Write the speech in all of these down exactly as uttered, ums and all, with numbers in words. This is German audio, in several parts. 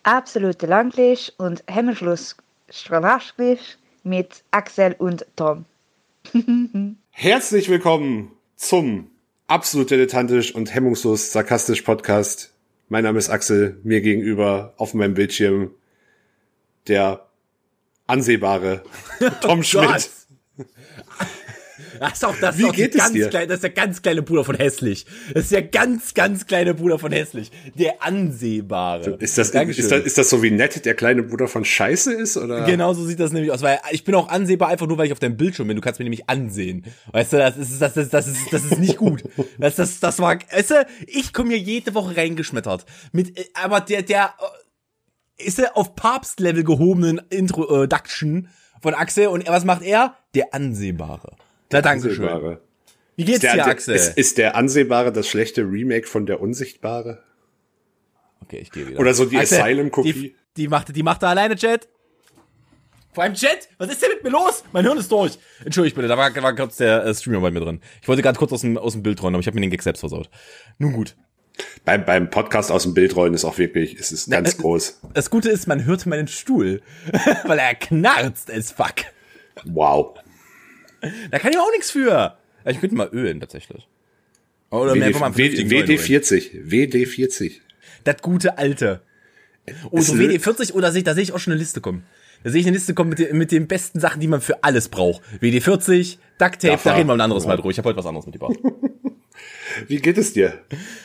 Absolute Landlich und Hemmschluss Stranaschlich mit Axel und Tom. Herzlich willkommen zum absolut dilettantisch und hemmungslos sarkastisch Podcast. Mein Name ist Axel, mir gegenüber auf meinem Bildschirm der ansehbare Tom Schmidt. Das ist auch das, Wie ist auch geht die es ganz dir? Kleine, das ist der ganz kleine Bruder von Hässlich. Das ist der ganz, ganz kleine Bruder von Hässlich. Der Ansehbare. Ist das, Dankeschön. ist das, ist das so wie nett der kleine Bruder von Scheiße ist, oder? Genau so sieht das nämlich aus, weil ich bin auch ansehbar einfach nur, weil ich auf deinem Bildschirm bin. Du kannst mich nämlich ansehen. Weißt du, das ist, das ist, das ist, das ist nicht gut. Das, das, das war, weißt du, ich komme hier jede Woche reingeschmettert. Mit, äh, aber der, der, äh, ist er auf Papstlevel gehobenen Introduction von Axel und er, was macht er? Der Ansehbare. Na, Dankeschön. Ansehbare. Wie geht's Ist der, dir, Axel? Ist, ist der Ansehbare das schlechte Remake von der Unsichtbare? Okay, ich gehe wieder. Oder so die Axel, Asylum-Kopie? Die, die macht, die macht da alleine Chat. Vor allem Chat? Was ist denn mit mir los? Mein Hirn ist durch. Entschuldigt bitte, da war, da war kurz der äh, Streamer bei mir drin. Ich wollte gerade kurz aus dem, aus dem Bild rollen, aber ich habe mir den Gag selbst versaut. Nun gut. Beim, beim Podcast aus dem Bild rollen ist auch wirklich, es ist ganz Na, groß. Das Gute ist, man hört meinen Stuhl. Weil er knarzt as fuck. Wow. Da kann ich auch nichts für. Ich könnte mal ölen, tatsächlich. Oder mir einfach mal einen vernünftigen W neuen D holen. vierzig. W D vierzig. Das gute Alte. Oh, Es so lö- W D vierzig, oder sehe ich, da sehe ich auch schon eine Liste kommen. Da sehe ich eine Liste kommen mit, den- mit den besten Sachen, die man für alles braucht. W D vierzig, Duct Tape, Dafür. da reden wir ein anderes Ja. Mal drüber. Ich habe heute was anderes mitgebracht. Wie geht es dir?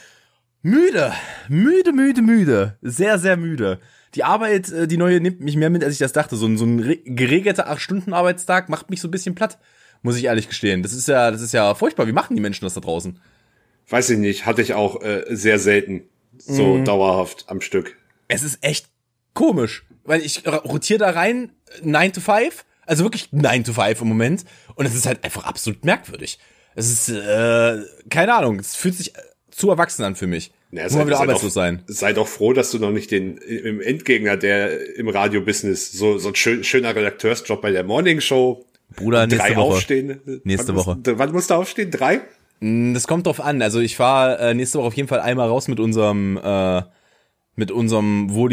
Müde, müde, müde, müde. Sehr, sehr müde. Die Arbeit, äh, die neue, nimmt mich mehr mit, als ich das dachte. So ein, so ein re- geregelter acht Stunden Arbeitstag macht mich so ein bisschen platt. Muss ich ehrlich gestehen. Das ist ja, das ist ja furchtbar. Wie machen die Menschen das da draußen? Weiß ich nicht, hatte ich auch äh, sehr selten so Mhm. dauerhaft am Stück. Es ist echt komisch. Weil ich rotiere da rein, nine to five. Also wirklich nine to five im Moment. Und es ist halt einfach absolut merkwürdig. Es ist, äh, keine Ahnung. Es fühlt sich äh, zu erwachsen an für mich. Ja, Muss mal wieder sei arbeitslos doch, sein. Sei doch froh, dass du noch nicht den im Endgegner, der im Radio-Business, so, so ein schön, schöner Redakteursjob bei der Morning Show. Bruder, nächste drei Woche. aufstehen. Nächste wann Woche. Musst, wann musst du aufstehen? Drei? Das kommt drauf an. Also ich fahre äh, nächste Woche auf jeden Fall einmal raus mit unserem äh, mit unserem Woli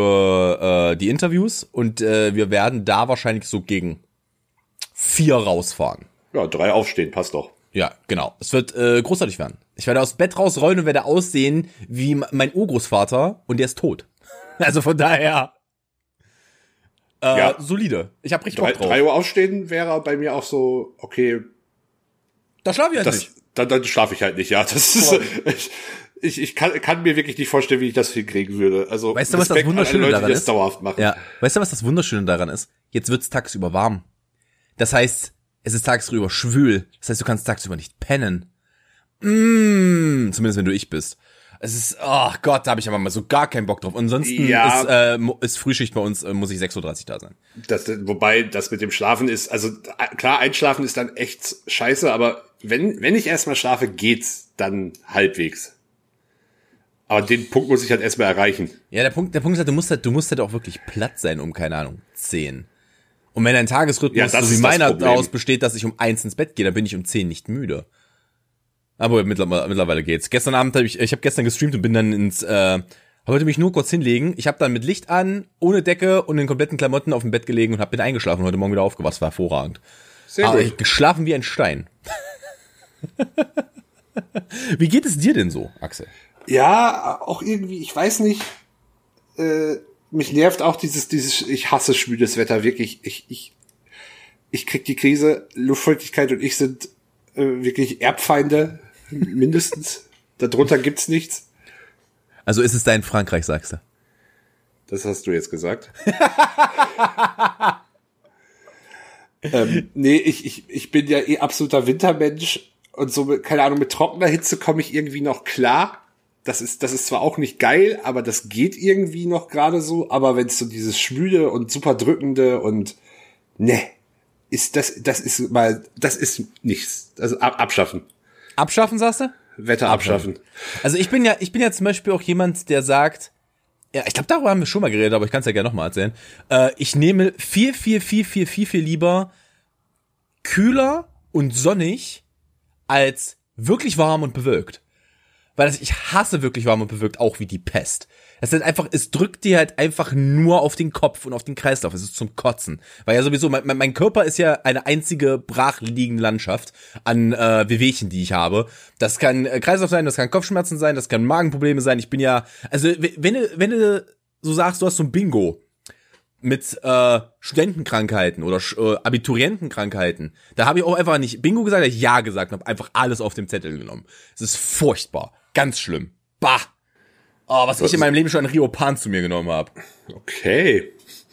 für äh, die Interviews und äh, wir werden da wahrscheinlich so gegen vier rausfahren. Ja, drei aufstehen, passt doch. Ja, genau. Es wird äh, großartig werden. Ich werde aus dem Bett rausrollen und werde aussehen wie m- mein Urgroßvater und der ist tot. Also von daher äh, Ja. solide. Ich habe richtig Drei, Bock drauf. drei Uhr aufstehen wäre bei mir auch so, okay, Da schlafe ich halt das, nicht. dann, dann schlafe ich halt nicht, ja. Das ist, ich, ich, ich kann, kann mir wirklich nicht vorstellen, wie ich das hinkriegen würde. Also, Weißt du, was das Respekt an alle Wunderschöne Leute, daran die das ist? dauerhaft machen. Ja, weißt du, was das Wunderschöne daran ist? Jetzt wird's tagsüber warm. Das heißt, es ist tagsüber schwül. Das heißt, du kannst tagsüber nicht pennen. Mm, zumindest wenn du ich bist. Es ist, oh Gott, da habe ich aber mal so gar keinen Bock drauf. Und ansonsten Ja. ist, äh, mo- ist Frühschicht bei uns, äh, muss ich sechs Uhr dreißig da sein. Das, wobei das mit dem Schlafen ist, also äh, klar, einschlafen ist dann echt scheiße, aber wenn, wenn ich erstmal schlafe, geht's dann halbwegs. Aber den Punkt muss ich halt erstmal erreichen. Ja, der Punkt, der Punkt ist halt, du musst halt, du musst halt auch wirklich platt sein um, keine Ahnung, zehn. Und wenn dein Tagesrhythmus Ja, das so wie ist das meiner Problem. daraus besteht, dass ich um eins ins Bett gehe, dann bin ich um zehn nicht müde. Aber mittlerweile, mittlerweile geht's. Gestern Abend habe ich, ich habe gestern gestreamt und bin dann ins, äh, wollte mich nur kurz hinlegen. Ich habe dann mit Licht an, ohne Decke und in kompletten Klamotten auf dem Bett gelegen und hab, bin eingeschlafen und heute Morgen wieder aufgewacht. War hervorragend. Sehr Aber gut. ich geschlafen wie ein Stein. Wie geht es dir denn so, Axel? Ja, auch irgendwie, ich weiß nicht, äh, mich nervt auch dieses, dieses, ich hasse schwüles Wetter, wirklich, ich, ich, ich krieg die Krise, Luftfeuchtigkeit und ich sind äh, wirklich Erbfeinde, mindestens. Darunter gibt's nichts. Also ist es dein Frankreich, sagst du? Das hast du jetzt gesagt. ähm, nee, ich, ich, ich bin ja eh absoluter Wintermensch und so, mit, keine Ahnung, mit trockener Hitze komme ich irgendwie noch klar. Das ist, das ist zwar auch nicht geil, aber das geht irgendwie noch gerade so. Aber wenn es so dieses Schwüle und super drückende und ne, ist das, das ist mal, das ist nichts. Also ab, abschaffen. Abschaffen, sagst du? Wetter abschaffen. Also ich bin ja, ich bin ja zum Beispiel auch jemand, der sagt, ja, ich glaube, darüber haben wir schon mal geredet, aber ich kann es ja gerne nochmal erzählen. Äh, ich nehme viel, viel, viel, viel, viel, viel lieber kühler und sonnig als wirklich warm und bewölkt. Weil das, ich hasse wirklich warm und bewölkt auch wie die Pest. Das ist halt einfach, es drückt dir halt einfach nur auf den Kopf und auf den Kreislauf. Es ist zum Kotzen. Weil ja sowieso, mein, mein Körper ist ja eine einzige brachliegende Landschaft an äh, Wehwehchen, die ich habe. Das kann äh, Kreislauf sein, das kann Kopfschmerzen sein, das kann Magenprobleme sein. Ich bin ja, also wenn du, wenn du so sagst, du hast so ein Bingo mit äh, Studentenkrankheiten oder äh, Abiturientenkrankheiten, da habe ich auch einfach nicht Bingo gesagt, da hab ich Ja gesagt und habe einfach alles auf dem Zettel genommen. Es ist furchtbar. Ganz schlimm. Bah. Oh, was, was ich in meinem Leben schon an Riopan zu mir genommen habe. Okay.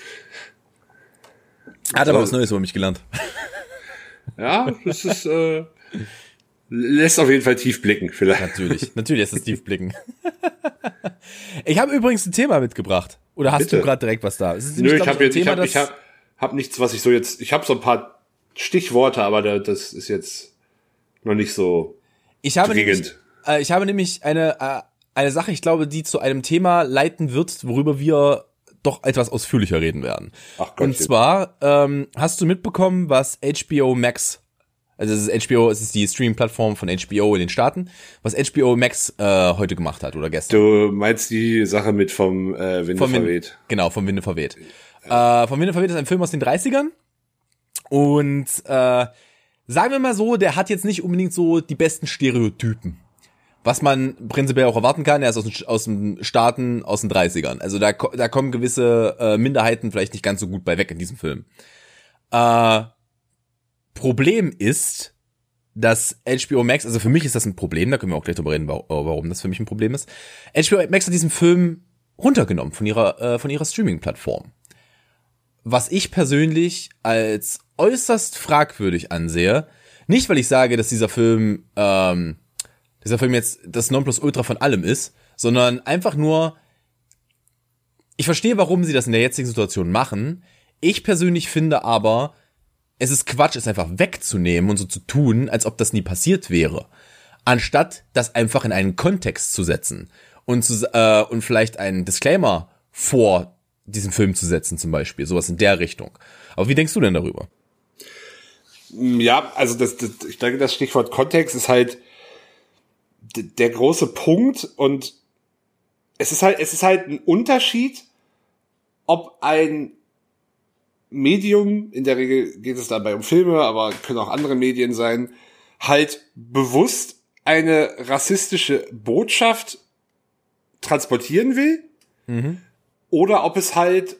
Hat aber was Neues über mich gelernt. Ja, das ist, äh, lässt auf jeden Fall tief blicken, vielleicht. Natürlich, natürlich lässt es tief blicken. Ich habe übrigens ein Thema mitgebracht. Oder hast Bitte? Du gerade direkt was da? Es ist Nö, nämlich, ich habe so jetzt, ich Thema, habe, ich habe, hab nichts, was ich so jetzt, ich habe so ein paar Stichworte, aber da, das ist jetzt noch nicht so ich habe dringend. nämlich, äh, ich habe nämlich eine, äh, eine Sache, ich glaube, die zu einem Thema leiten wird, worüber wir doch etwas ausführlicher reden werden. Ach Gott. Und zwar ähm, hast du mitbekommen, was H B O Max, also es ist H B O, es ist die Streaming-Plattform von H B O in den Staaten, was H B O Max äh, heute gemacht hat oder gestern. Du meinst die Sache mit vom äh, Winde Vom Win- verweht. Genau, vom Winde verweht. Äh, vom Winde verweht ist ein Film aus den dreißigern und äh, sagen wir mal so, der hat jetzt nicht unbedingt so die besten Stereotypen. Was man prinzipiell auch erwarten kann, er ist aus den, aus den Staaten, aus den dreißigern. Also da, da kommen gewisse äh, Minderheiten vielleicht nicht ganz so gut bei weg in diesem Film. Äh, Problem ist, dass H B O Max, also für mich ist das ein Problem, da können wir auch gleich drüber reden, warum das für mich ein Problem ist. H B O Max hat diesen Film runtergenommen von ihrer, äh, von ihrer Streaming-Plattform. Was ich persönlich als äußerst fragwürdig ansehe, nicht weil ich sage, dass dieser Film, ähm, dieser Film jetzt das Nonplusultra von allem ist, sondern einfach nur, ich verstehe, warum sie das in der jetzigen Situation machen. Ich persönlich finde aber, es ist Quatsch, es einfach wegzunehmen und so zu tun, als ob das nie passiert wäre. Anstatt das einfach in einen Kontext zu setzen und, zu, äh, und vielleicht einen Disclaimer vor diesen Film zu setzen zum Beispiel, sowas in der Richtung. Aber wie denkst du denn darüber? Ja, also das, das ich denke, das Stichwort Kontext ist halt der große Punkt und es ist halt, es ist halt ein Unterschied, ob ein Medium, in der Regel geht es dabei um Filme, aber können auch andere Medien sein, halt bewusst eine rassistische Botschaft transportieren will, mhm. oder ob es halt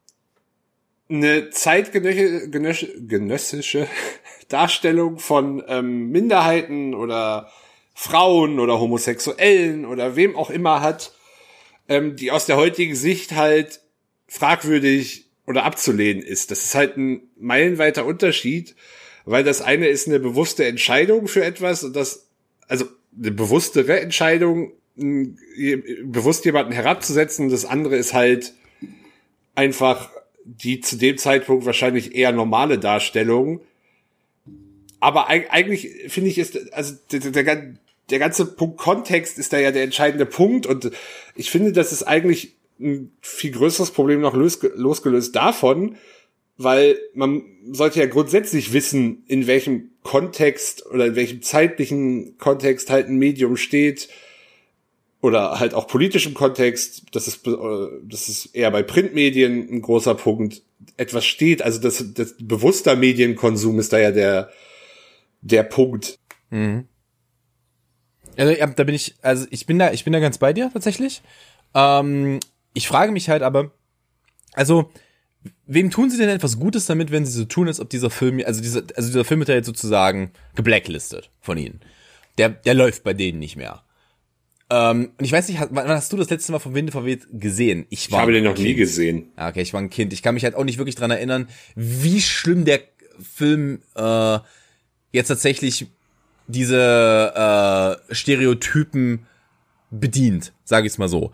eine zeitgenössische Darstellung von ähm, Minderheiten oder Frauen oder Homosexuellen oder wem auch immer hat, ähm, die aus der heutigen Sicht halt fragwürdig oder abzulehnen ist. Das ist halt ein meilenweiter Unterschied, weil das eine ist eine bewusste Entscheidung für etwas und das, also eine bewusstere Entscheidung, bewusst jemanden herabzusetzen, und das andere ist halt einfach die zu dem Zeitpunkt wahrscheinlich eher normale Darstellung. Aber eigentlich finde ich, ist, also der, der, der ganze Punkt Kontext ist da ja der entscheidende Punkt und ich finde, das ist eigentlich ein viel größeres Problem noch losge- losgelöst davon, weil man sollte ja grundsätzlich wissen, in welchem Kontext oder in welchem zeitlichen Kontext halt ein Medium steht oder halt auch politischem Kontext. Das ist, das ist eher bei Printmedien ein großer Punkt, etwas steht. Also das, das bewusster Medienkonsum ist da ja der der Punkt. Mhm. Also ja, da bin ich, also ich bin da, ich bin da ganz bei dir tatsächlich. Ähm, ich frage mich halt aber, also wem tun sie denn etwas Gutes damit, wenn sie so tun, als ob dieser Film, also dieser, also dieser Film wird ja jetzt sozusagen geblacklistet von ihnen. Der, der läuft bei denen nicht mehr. Ähm, und ich weiß nicht, wann hast du das letzte Mal vom Winde verweht gesehen? Ich, war ich habe den noch kind. nie gesehen. Okay, ich war ein Kind. Ich kann mich halt auch nicht wirklich dran erinnern, wie schlimm der Film äh, jetzt tatsächlich diese äh, Stereotypen bedient, sage ich es mal so.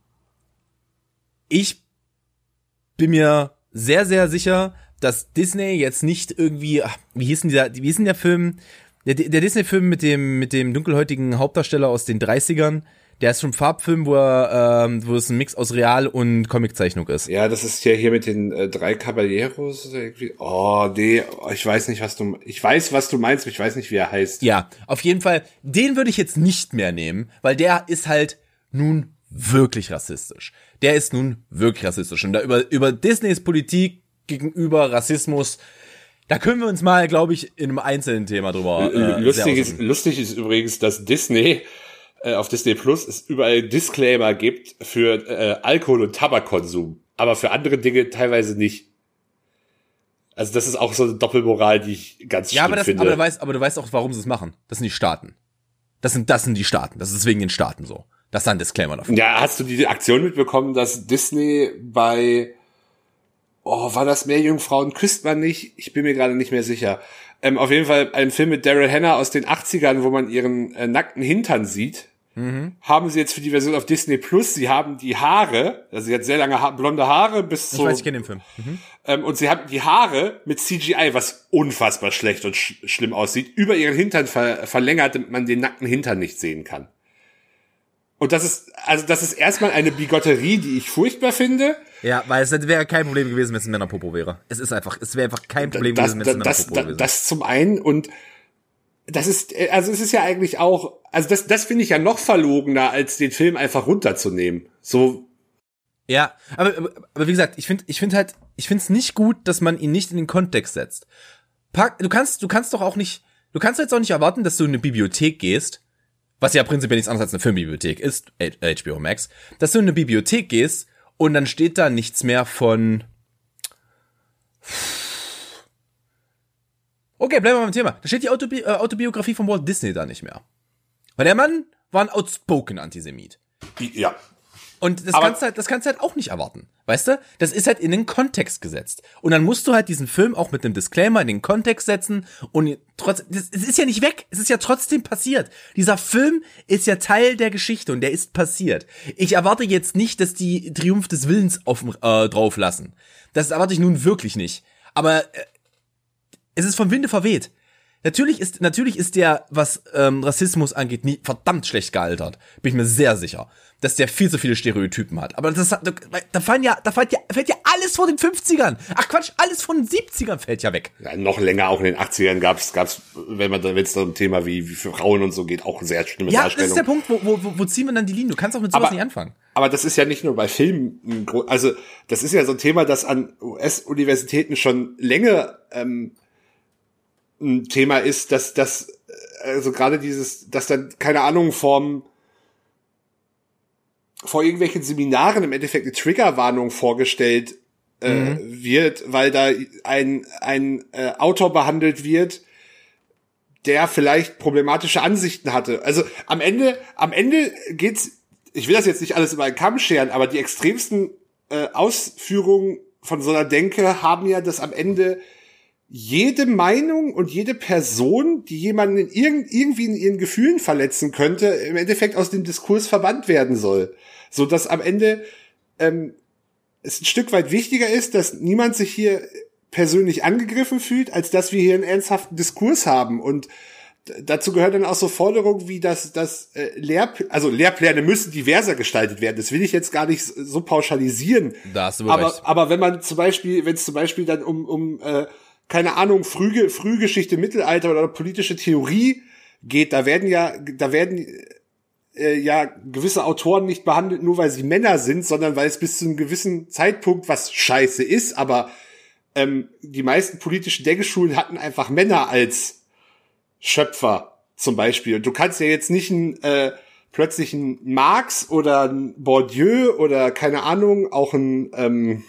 Ich bin mir sehr, sehr sicher, dass Disney jetzt nicht irgendwie, ach, wie hieß denn dieser, wie hieß denn der Film, der, der Disney-Film mit dem mit dem dunkelhäutigen Hauptdarsteller aus den dreißigern, der ist schon ein Farbfilm, wo er, ähm, wo es ein Mix aus Real- und Comiczeichnung ist. Ja, das ist ja hier mit den äh, drei Caballeros irgendwie. Oh, nee, ich weiß nicht, was du, ich weiß, was du meinst, aber ich weiß nicht, wie er heißt. Ja, auf jeden Fall, den würde ich jetzt nicht mehr nehmen, weil der ist halt nun wirklich rassistisch. Der ist nun wirklich rassistisch. Und da über, über Disneys Politik gegenüber Rassismus, da können wir uns mal, glaube ich, in einem einzelnen Thema drüber äh, lustig, ist, lustig ist übrigens, dass Disney äh, auf Disney Plus es überall Disclaimer gibt für äh, Alkohol- und Tabakkonsum, aber für andere Dinge teilweise nicht. Also das ist auch so eine Doppelmoral, die ich ganz ja, schlimm aber das, finde. Aber du weißt, aber du weißt auch, warum sie es machen. Das sind die Staaten. Das sind, das sind die Staaten. Das ist wegen den Staaten so. Das ist ein Disclaimer davon. Ja, hast du die Aktion mitbekommen, dass Disney bei, oh, war das Meerjungfrauen, küsst man nicht? Ich bin mir gerade nicht mehr sicher. Ähm, auf jeden Fall ein Film mit Daryl Hannah aus den achtzigern, wo man ihren äh, nackten Hintern sieht. Mhm. Haben sie jetzt für die Version auf Disney Plus, sie haben die Haare, also sie hat sehr lange ha- blonde Haare bis zu... Ich weiß, ich kenne den Film. Mhm. Ähm, und sie haben die Haare mit C G I, was unfassbar schlecht und sch- schlimm aussieht, über ihren Hintern ver- verlängert, damit man den nackten Hintern nicht sehen kann. Und das ist, also das ist erstmal eine Bigotterie, die ich furchtbar finde. Ja, weil es wäre kein Problem gewesen, wenn es ein Männerpopo wäre. Es ist einfach, es wäre einfach kein Problem das, gewesen, wenn es ein das, Männerpopo das, gewesen das, das zum einen und das ist, also es ist ja eigentlich auch, also das, das finde ich ja noch verlogener, als den Film einfach runterzunehmen. So. Ja, aber, aber, aber wie gesagt, ich finde, ich finde halt, ich finde es nicht gut, dass man ihn nicht in den Kontext setzt. Pack, du kannst, du kannst doch auch nicht, du kannst jetzt auch nicht erwarten, dass du in eine Bibliothek gehst, was ja prinzipiell nichts anderes als eine Filmbibliothek ist, H B O Max, dass du in eine Bibliothek gehst und dann steht da nichts mehr von, okay, bleiben wir beim Thema. Da steht die Autobi- äh, Autobiografie von Walt Disney da nicht mehr. Weil der Mann war ein outspoken Antisemit. Ja. Und das Aber kannst du halt, das kannst du halt auch nicht erwarten. Weißt du? Das ist halt in den Kontext gesetzt. Und dann musst du halt diesen Film auch mit einem Disclaimer in den Kontext setzen und trotzdem, es ist ja nicht weg. Es ist ja trotzdem passiert. Dieser Film ist ja Teil der Geschichte und der ist passiert. Ich erwarte jetzt nicht, dass die Triumph des Willens auf, äh, drauf lassen. Das erwarte ich nun wirklich nicht. Aber äh, es ist vom Winde verweht. Natürlich ist, natürlich ist der, was ähm, Rassismus angeht, nie, verdammt schlecht gealtert. Bin ich mir sehr sicher, dass der viel zu viele Stereotypen hat. Aber das hat, da fallen ja, da fällt ja, fällt ja alles von den fünfzigern. Ach Quatsch, alles von den siebzigern fällt ja weg. Ja, noch länger, auch in den achtzigern gab's, gab's, wenn man, wenn es um ein Thema wie, wie für Frauen und so geht, auch sehr schlimme ja, Darstellungen. Ja, das ist der Punkt, wo, wo, wo ziehen wir dann die Linie? Du kannst auch mit sowas aber, nicht anfangen. Aber das ist ja nicht nur bei Filmen, also das ist ja so ein Thema, das an U S-Universitäten schon länger ähm, ein Thema ist, dass das also gerade dieses, dass dann keine Ahnung vom vor irgendwelchen Seminaren im Endeffekt eine Triggerwarnung vorgestellt äh, mhm. wird, weil da ein ein äh, Autor behandelt wird, der vielleicht problematische Ansichten hatte. Also am Ende am Ende geht's, ich will das jetzt nicht alles über einen Kamm scheren, aber die extremsten äh, Ausführungen von so einer Denke haben ja das am Ende jede Meinung und jede Person, die jemanden in irgend, irgendwie in ihren Gefühlen verletzen könnte, im Endeffekt aus dem Diskurs verbannt werden soll. So dass am Ende ähm, es ein Stück weit wichtiger ist, dass niemand sich hier persönlich angegriffen fühlt, als dass wir hier einen ernsthaften Diskurs haben. Und dazu gehört dann auch so Forderungen wie, dass, dass äh, Lehr also Lehrpläne müssen diverser gestaltet werden. Das will ich jetzt gar nicht so pauschalisieren. Da hast du wohl aber, recht. aber wenn man zum Beispiel, wenn es zum Beispiel dann um, um äh, keine Ahnung, Früh, Frühgeschichte, Mittelalter oder politische Theorie geht, da werden ja, da werden äh, ja gewisse Autoren nicht behandelt, nur weil sie Männer sind, sondern weil es bis zu einem gewissen Zeitpunkt, was scheiße ist, aber ähm, die meisten politischen Denkeschulen hatten einfach Männer als Schöpfer zum Beispiel. Und du kannst ja jetzt nicht ein, äh, plötzlich ein Marx oder ein Bourdieu oder keine Ahnung, auch ein ähm,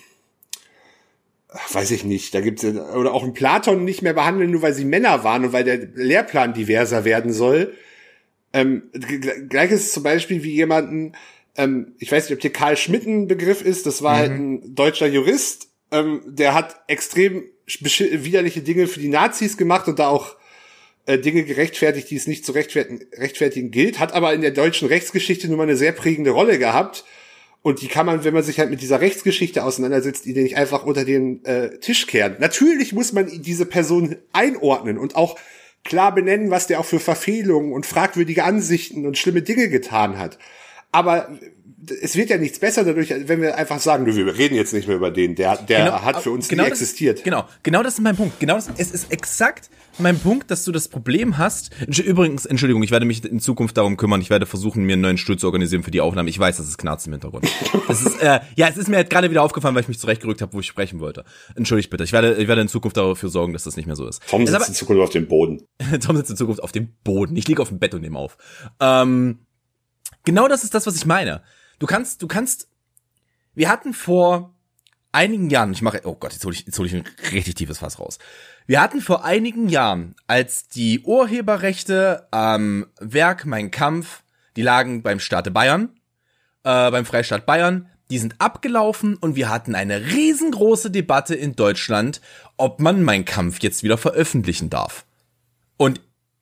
weiß ich nicht, da gibt's oder auch einen Platon nicht mehr behandeln, nur weil sie Männer waren und weil der Lehrplan diverser werden soll. Ähm, Gleiches zum Beispiel wie jemanden, ähm, ich weiß nicht, ob dir Karl Schmitt ein Begriff ist, das war mhm. halt ein deutscher Jurist, ähm, der hat extrem widerliche Dinge für die Nazis gemacht und da auch äh, Dinge gerechtfertigt, die es nicht zu rechtfertigen, rechtfertigen gilt, hat aber in der deutschen Rechtsgeschichte nun mal eine sehr prägende Rolle gehabt. Und die kann man, wenn man sich halt mit dieser Rechtsgeschichte auseinandersetzt, die nicht einfach unter den äh, Tisch kehren. Natürlich muss man diese Person einordnen und auch klar benennen, was der auch für Verfehlungen und fragwürdige Ansichten und schlimme Dinge getan hat. Aber es wird ja nichts besser dadurch, wenn wir einfach sagen, wir reden jetzt nicht mehr über den, der, der genau, hat für uns genau nie das, existiert. Genau, genau das ist mein Punkt. Genau das, es ist exakt mein Punkt, dass du das Problem hast. Übrigens, Entschuldigung, ich werde mich in Zukunft darum kümmern. Ich werde versuchen, mir einen neuen Stuhl zu organisieren für die Aufnahme. Ich weiß, dass es knarzt im Hintergrund. Das ist, äh, ja, es ist mir halt gerade wieder aufgefallen, weil ich mich zurechtgerückt habe, wo ich sprechen wollte. Entschuldigt bitte. Ich werde, ich werde in Zukunft dafür sorgen, dass das nicht mehr so ist. Tom sitzt aber, in Zukunft auf dem Boden. Tom sitzt in Zukunft auf dem Boden. Ich liege auf dem Bett und nehme auf. Ähm, genau das ist das, was ich meine. Du kannst, du kannst, wir hatten vor einigen Jahren, ich mache, oh Gott, jetzt hole ich, jetzt hole ich ein richtig tiefes Fass raus. Wir hatten vor einigen Jahren, als die Urheberrechte am Werk Mein Kampf, die lagen beim Staate Bayern, äh, beim Freistaat Bayern, die sind abgelaufen und wir hatten eine riesengroße Debatte in Deutschland, ob man Mein Kampf jetzt wieder veröffentlichen darf. Und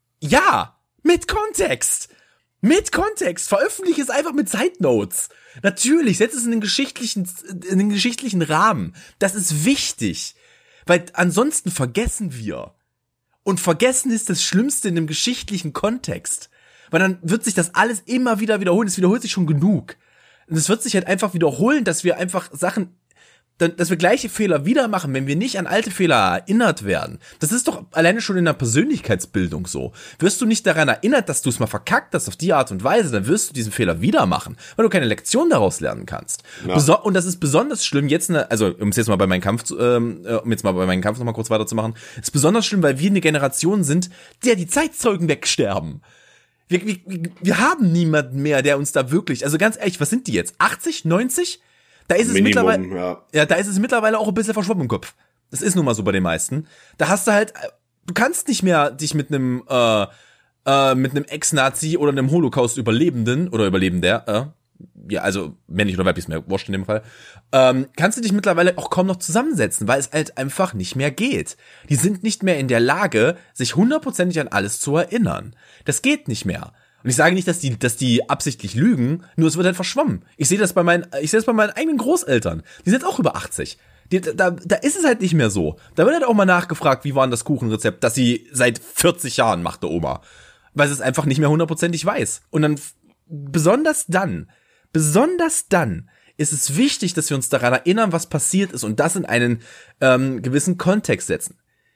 ja, mit Kontext. Mit Kontext. Veröffentliche es einfach mit Side Notes. Natürlich, setz es in den geschichtlichen, in den geschichtlichen Rahmen. Das ist wichtig. Weil ansonsten vergessen wir. Und vergessen ist das Schlimmste in dem geschichtlichen Kontext. Weil dann wird sich das alles immer wieder wiederholen. Es wiederholt sich schon genug. Und es wird sich halt einfach wiederholen, dass wir einfach Sachen, dass wir gleiche Fehler wieder machen, wenn wir nicht an alte Fehler erinnert werden. Das ist doch alleine schon in der Persönlichkeitsbildung so. Wirst du nicht daran erinnert, dass du es mal verkackt hast auf die Art und Weise, dann wirst du diesen Fehler wieder machen, weil du keine Lektion daraus lernen kannst. Ja. Beso- und das ist besonders schlimm jetzt, ne, also um es jetzt mal bei meinem Kampf, zu, ähm, um jetzt mal bei meinem Kampf nochmal kurz weiterzumachen, ist besonders schlimm, weil wir eine Generation sind, der die Zeitzeugen wegsterben. Wir, wir, wir haben niemanden mehr, der uns da wirklich, also ganz ehrlich, was sind die jetzt? achtzig, neunzig? Da ist es Minimum, mittlerweile, ja. ja, da ist es mittlerweile auch ein bisschen verschwommen im Kopf. Das ist nun mal so bei den meisten. Da hast du halt, du kannst nicht mehr dich mit einem, äh, äh, mit einem Ex-Nazi oder einem Holocaust-Überlebenden oder Überlebender, äh, ja, also männlich oder weiblich ist mir wurscht in dem Fall, ähm, kannst du dich mittlerweile auch kaum noch zusammensetzen, weil es halt einfach nicht mehr geht. Die sind nicht mehr in der Lage, sich hundertprozentig an alles zu erinnern. Das geht nicht mehr. Und ich sage nicht, dass die, dass die absichtlich lügen, nur es wird halt verschwommen. Ich sehe das bei meinen, ich sehe das bei meinen eigenen Großeltern. Die sind auch über achtzig. Die, da, da ist es halt nicht mehr so. Da wird halt auch mal nachgefragt, wie war denn das Kuchenrezept, das sie seit vierzig Jahren machte, Oma. Weil sie es einfach nicht mehr hundertprozentig weiß. Und dann, besonders dann, besonders dann, ist es wichtig, dass wir uns daran erinnern, was passiert ist und das in einen ähm, gewissen Kontext setzen.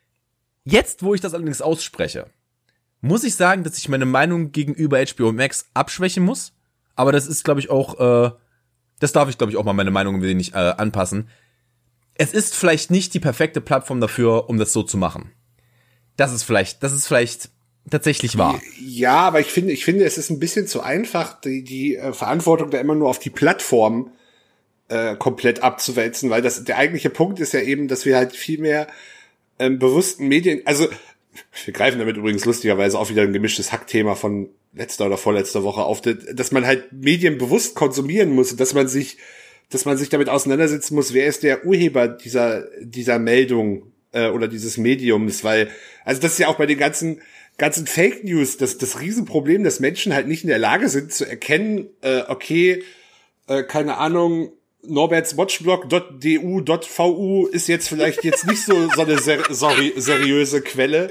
Jetzt, wo ich das allerdings ausspreche, muss ich sagen, dass ich meine Meinung gegenüber H B O Max abschwächen muss. Aber das ist, glaube ich, auch, äh, das darf ich, glaube ich, auch mal meine Meinung ein wenig äh, anpassen. Es ist vielleicht nicht die perfekte Plattform dafür, um das so zu machen. Das ist vielleicht, das ist vielleicht tatsächlich wahr. Ja, aber ich finde, ich finde, es ist ein bisschen zu einfach, die, die äh, Verantwortung da immer nur auf die Plattform äh, komplett abzuwälzen, weil das der eigentliche Punkt ist ja eben, dass wir halt viel mehr ähm, bewussten Medien, also wir greifen damit übrigens lustigerweise auch wieder ein gemischtes Hackthema von letzter oder vorletzter Woche auf, dass man halt Medien bewusst konsumieren muss und dass man sich, dass man sich damit auseinandersetzen muss, wer ist der Urheber dieser dieser Meldung äh, oder dieses Mediums, weil, also das ist ja auch bei den ganzen ganzen Fake News das das Riesenproblem, dass Menschen halt nicht in der Lage sind zu erkennen, äh, okay, äh, keine Ahnung, Norberts Watchblog.du.vu ist jetzt vielleicht jetzt nicht so, so eine ser- sorry, seriöse Quelle.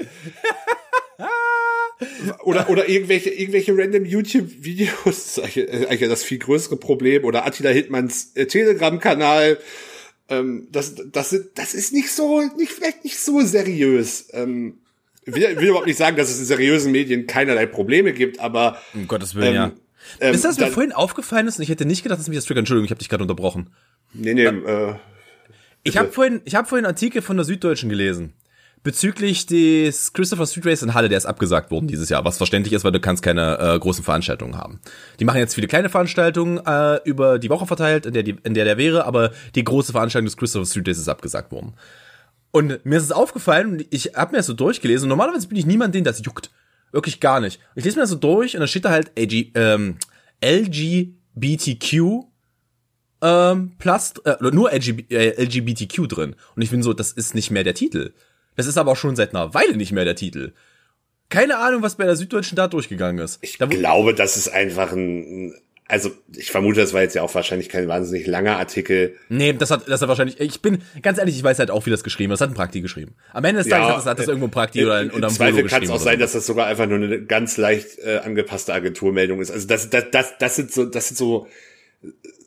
Oder, oder irgendwelche, irgendwelche random YouTube-Videos. Das ist eigentlich das viel größere Problem. Oder Attila Hildmanns äh, Telegram-Kanal. Ähm, das, das, das ist nicht so, nicht, vielleicht nicht so seriös. Ähm, will, will überhaupt nicht sagen, dass es in seriösen Medien keinerlei Probleme gibt, aber. Um Gottes Willen, ähm, ja. Ähm, ist das mir dann, vorhin aufgefallen ist und ich hätte nicht gedacht, dass mich das triggert. Entschuldigung, ich habe dich gerade unterbrochen. Nee, nee, äh, Ich habe vorhin, ich habe vorhin einen Artikel von der Süddeutschen gelesen bezüglich des Christopher Street Race in Halle, der ist abgesagt worden dieses Jahr, was verständlich ist, weil du kannst keine äh, großen Veranstaltungen haben. Die machen jetzt viele kleine Veranstaltungen äh, über die Woche verteilt, in der, die, in der der wäre, aber die große Veranstaltung des Christopher Street Race ist abgesagt worden. Und mir ist es aufgefallen und ich habe mir das so durchgelesen und normalerweise bin ich niemand, den das juckt. Wirklich gar nicht. Ich lese mir das so durch und dann steht da halt A G, ähm, L G B T Q ähm, plus, äh, nur L G B T Q drin. Und ich bin so, das ist nicht mehr der Titel. Das ist aber auch schon seit einer Weile nicht mehr der Titel. Keine Ahnung, was bei der Süddeutschen da durchgegangen ist. Ich da glaube, das ist einfach ein, also ich vermute, das war jetzt ja auch wahrscheinlich kein wahnsinnig langer Artikel. Nee, das hat, das hat wahrscheinlich, ich bin, ganz ehrlich, ich weiß halt auch, wie das geschrieben ist. Das hat ein Prakti geschrieben. Am Ende des Tages Ja, hat das, hat das irgendwo ein Prakti äh, oder ein, oder ein Im Zweifel Volo kann es geschrieben auch oder sein, so. dass das sogar einfach nur eine ganz leicht äh, angepasste Agenturmeldung ist. Also das, das, das, das sind so, das sind so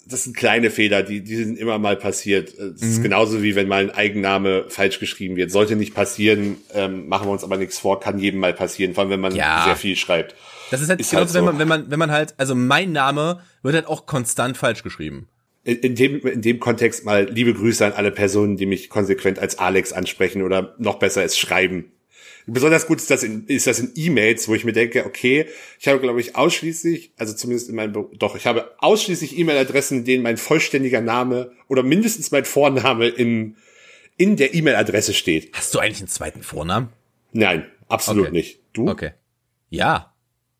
das sind kleine Fehler, die, die sind immer mal passiert. Es Mhm. ist genauso wie wenn mal ein Eigenname falsch geschrieben wird. Sollte nicht passieren, ähm, machen wir uns aber nichts vor, kann jedem mal passieren, vor allem wenn man Ja. sehr viel schreibt. Das ist halt Ist genauso, halt wenn so. man, wenn man, wenn man halt, also mein Name wird halt auch konstant falsch geschrieben. In, in dem, in dem Kontext mal liebe Grüße an alle Personen, die mich konsequent als Alex ansprechen oder noch besser es schreiben. Besonders gut ist das in, ist das in E-Mails, wo ich mir denke, okay, ich habe, glaube ich, ausschließlich, also zumindest in meinem, Be- doch, ich habe ausschließlich E-Mail-Adressen, in denen mein vollständiger Name oder mindestens mein Vorname in, in der E-Mail-Adresse steht. Hast du eigentlich einen zweiten Vornamen? Nein, absolut Okay. nicht. Du? Okay. Ja.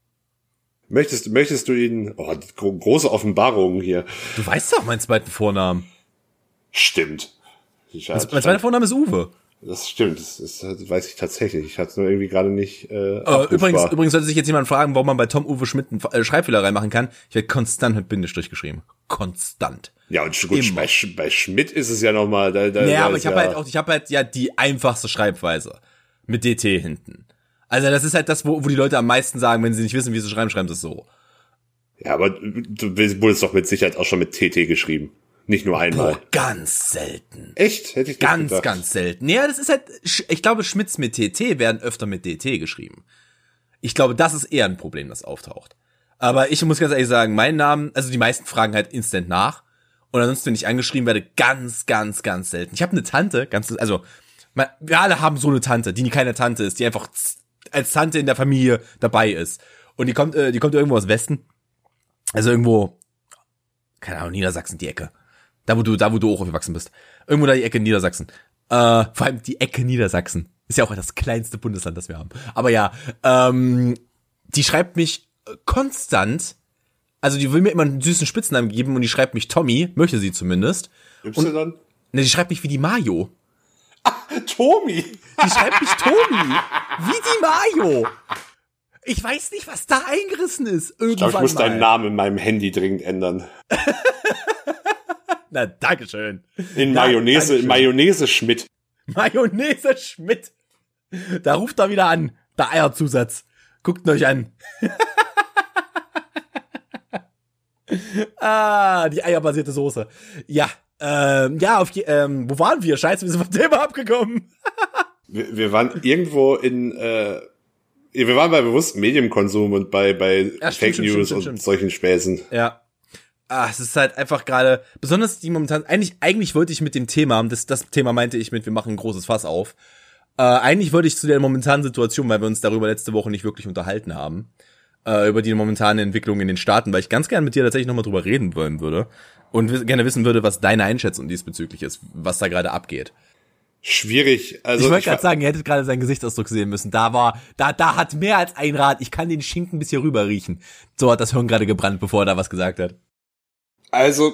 Möchtest, möchtest du ihn, oh, gro- große Offenbarungen hier. Du weißt doch meinen zweiten Vornamen. Stimmt. Ich, Mein, mein zweiter Vorname ist Uwe. das stimmt, das, ist, das weiß ich tatsächlich. Ich hatte es nur irgendwie gerade nicht, äh, Äh, abrufbar. übrigens, übrigens sollte sich jetzt jemand fragen, warum man bei Tom Uwe Schmidt einen äh, Schreibfehler reinmachen kann. Ich werde konstant mit Bindestrich geschrieben. Konstant. Ja, und gut, Immer. bei, Sch- bei Schmidt ist es ja nochmal, da, da, Ja, da aber ist ich habe ja, halt auch, ich habe halt ja die einfachste Schreibweise. Mit D T hinten. Also das ist halt das, wo, wo die Leute am meisten sagen, wenn sie nicht wissen, wie sie schreiben, schreiben sie es so. Ja, aber du wurdest doch mit Sicherheit auch schon mit T T geschrieben. Nicht nur einmal. Boah, ganz selten. Echt? Hätte ich nicht Ganz, gedacht. ganz selten. Ja, das ist halt, ich glaube, Schmitz mit T T werden öfter mit D T geschrieben. Ich glaube, das ist eher ein Problem, das auftaucht. Aber ich muss ganz ehrlich sagen, mein Name, also die meisten fragen halt instant nach. Und ansonsten, wenn ich angeschrieben werde, ganz, ganz, ganz selten. Ich habe eine Tante, ganz, also, man, wir alle haben so eine Tante, die keine Tante ist, die einfach z- als Tante in der Familie dabei ist. Und die kommt, äh, die kommt irgendwo aus Westen. Also irgendwo, keine Ahnung, Niedersachsen, die Ecke. Da, wo du, da, wo du auch aufgewachsen bist. Irgendwo da die Ecke Niedersachsen. Äh, vor allem die Ecke Niedersachsen. Ist ja auch das kleinste Bundesland, das wir haben. Aber ja, ähm, die schreibt mich äh, konstant, also die will mir immer einen süßen Spitznamen geben und die schreibt mich Tommy, möchte sie zumindest. Y? Ne, die schreibt mich wie die Mayo. Tomi! Die schreibt mich Tomi. Wie die Mayo. Ich weiß nicht, was da eingerissen ist. Irgendwann Ich glaube, ich muss mal. deinen Namen in meinem Handy dringend ändern. Na, dankeschön. In Ja, Mayonnaise, Dankeschön. Mayonnaise Schmidt. Mayonnaise Schmidt. Da ruft er wieder an. Der Eierzusatz. Guckt ihn euch an. ah, die eierbasierte Soße. Ja, ähm, ja, auf je, ähm, wo waren wir? Scheiße, wir sind vom Thema abgekommen. Wir, wir waren irgendwo in, äh, wir waren bei bewusstem Medienkonsum und bei, bei Ja, stimmt, Fake stimmt, News stimmt, und stimmt. solchen Späßen. Ja. Ah, es ist halt einfach gerade, besonders die momentan, eigentlich, eigentlich wollte ich mit dem Thema, das, das Thema meinte ich mit, wir machen ein großes Fass auf. Äh, eigentlich wollte ich zu der momentanen Situation, weil wir uns darüber letzte Woche nicht wirklich unterhalten haben, äh, über die momentane Entwicklung in den Staaten, weil ich ganz gerne mit dir tatsächlich nochmal drüber reden wollen würde und w- gerne wissen würde, was deine Einschätzung diesbezüglich ist, was da gerade abgeht. Schwierig. Also ich wollte ich gerade war- sagen, ihr hättet gerade seinen Gesichtsausdruck sehen müssen. Da war, da, da hat mehr als ein Rad. Ich kann den Schinken bis hier rüber riechen. So hat das Hirn gerade gebrannt, bevor er da was gesagt hat. Also,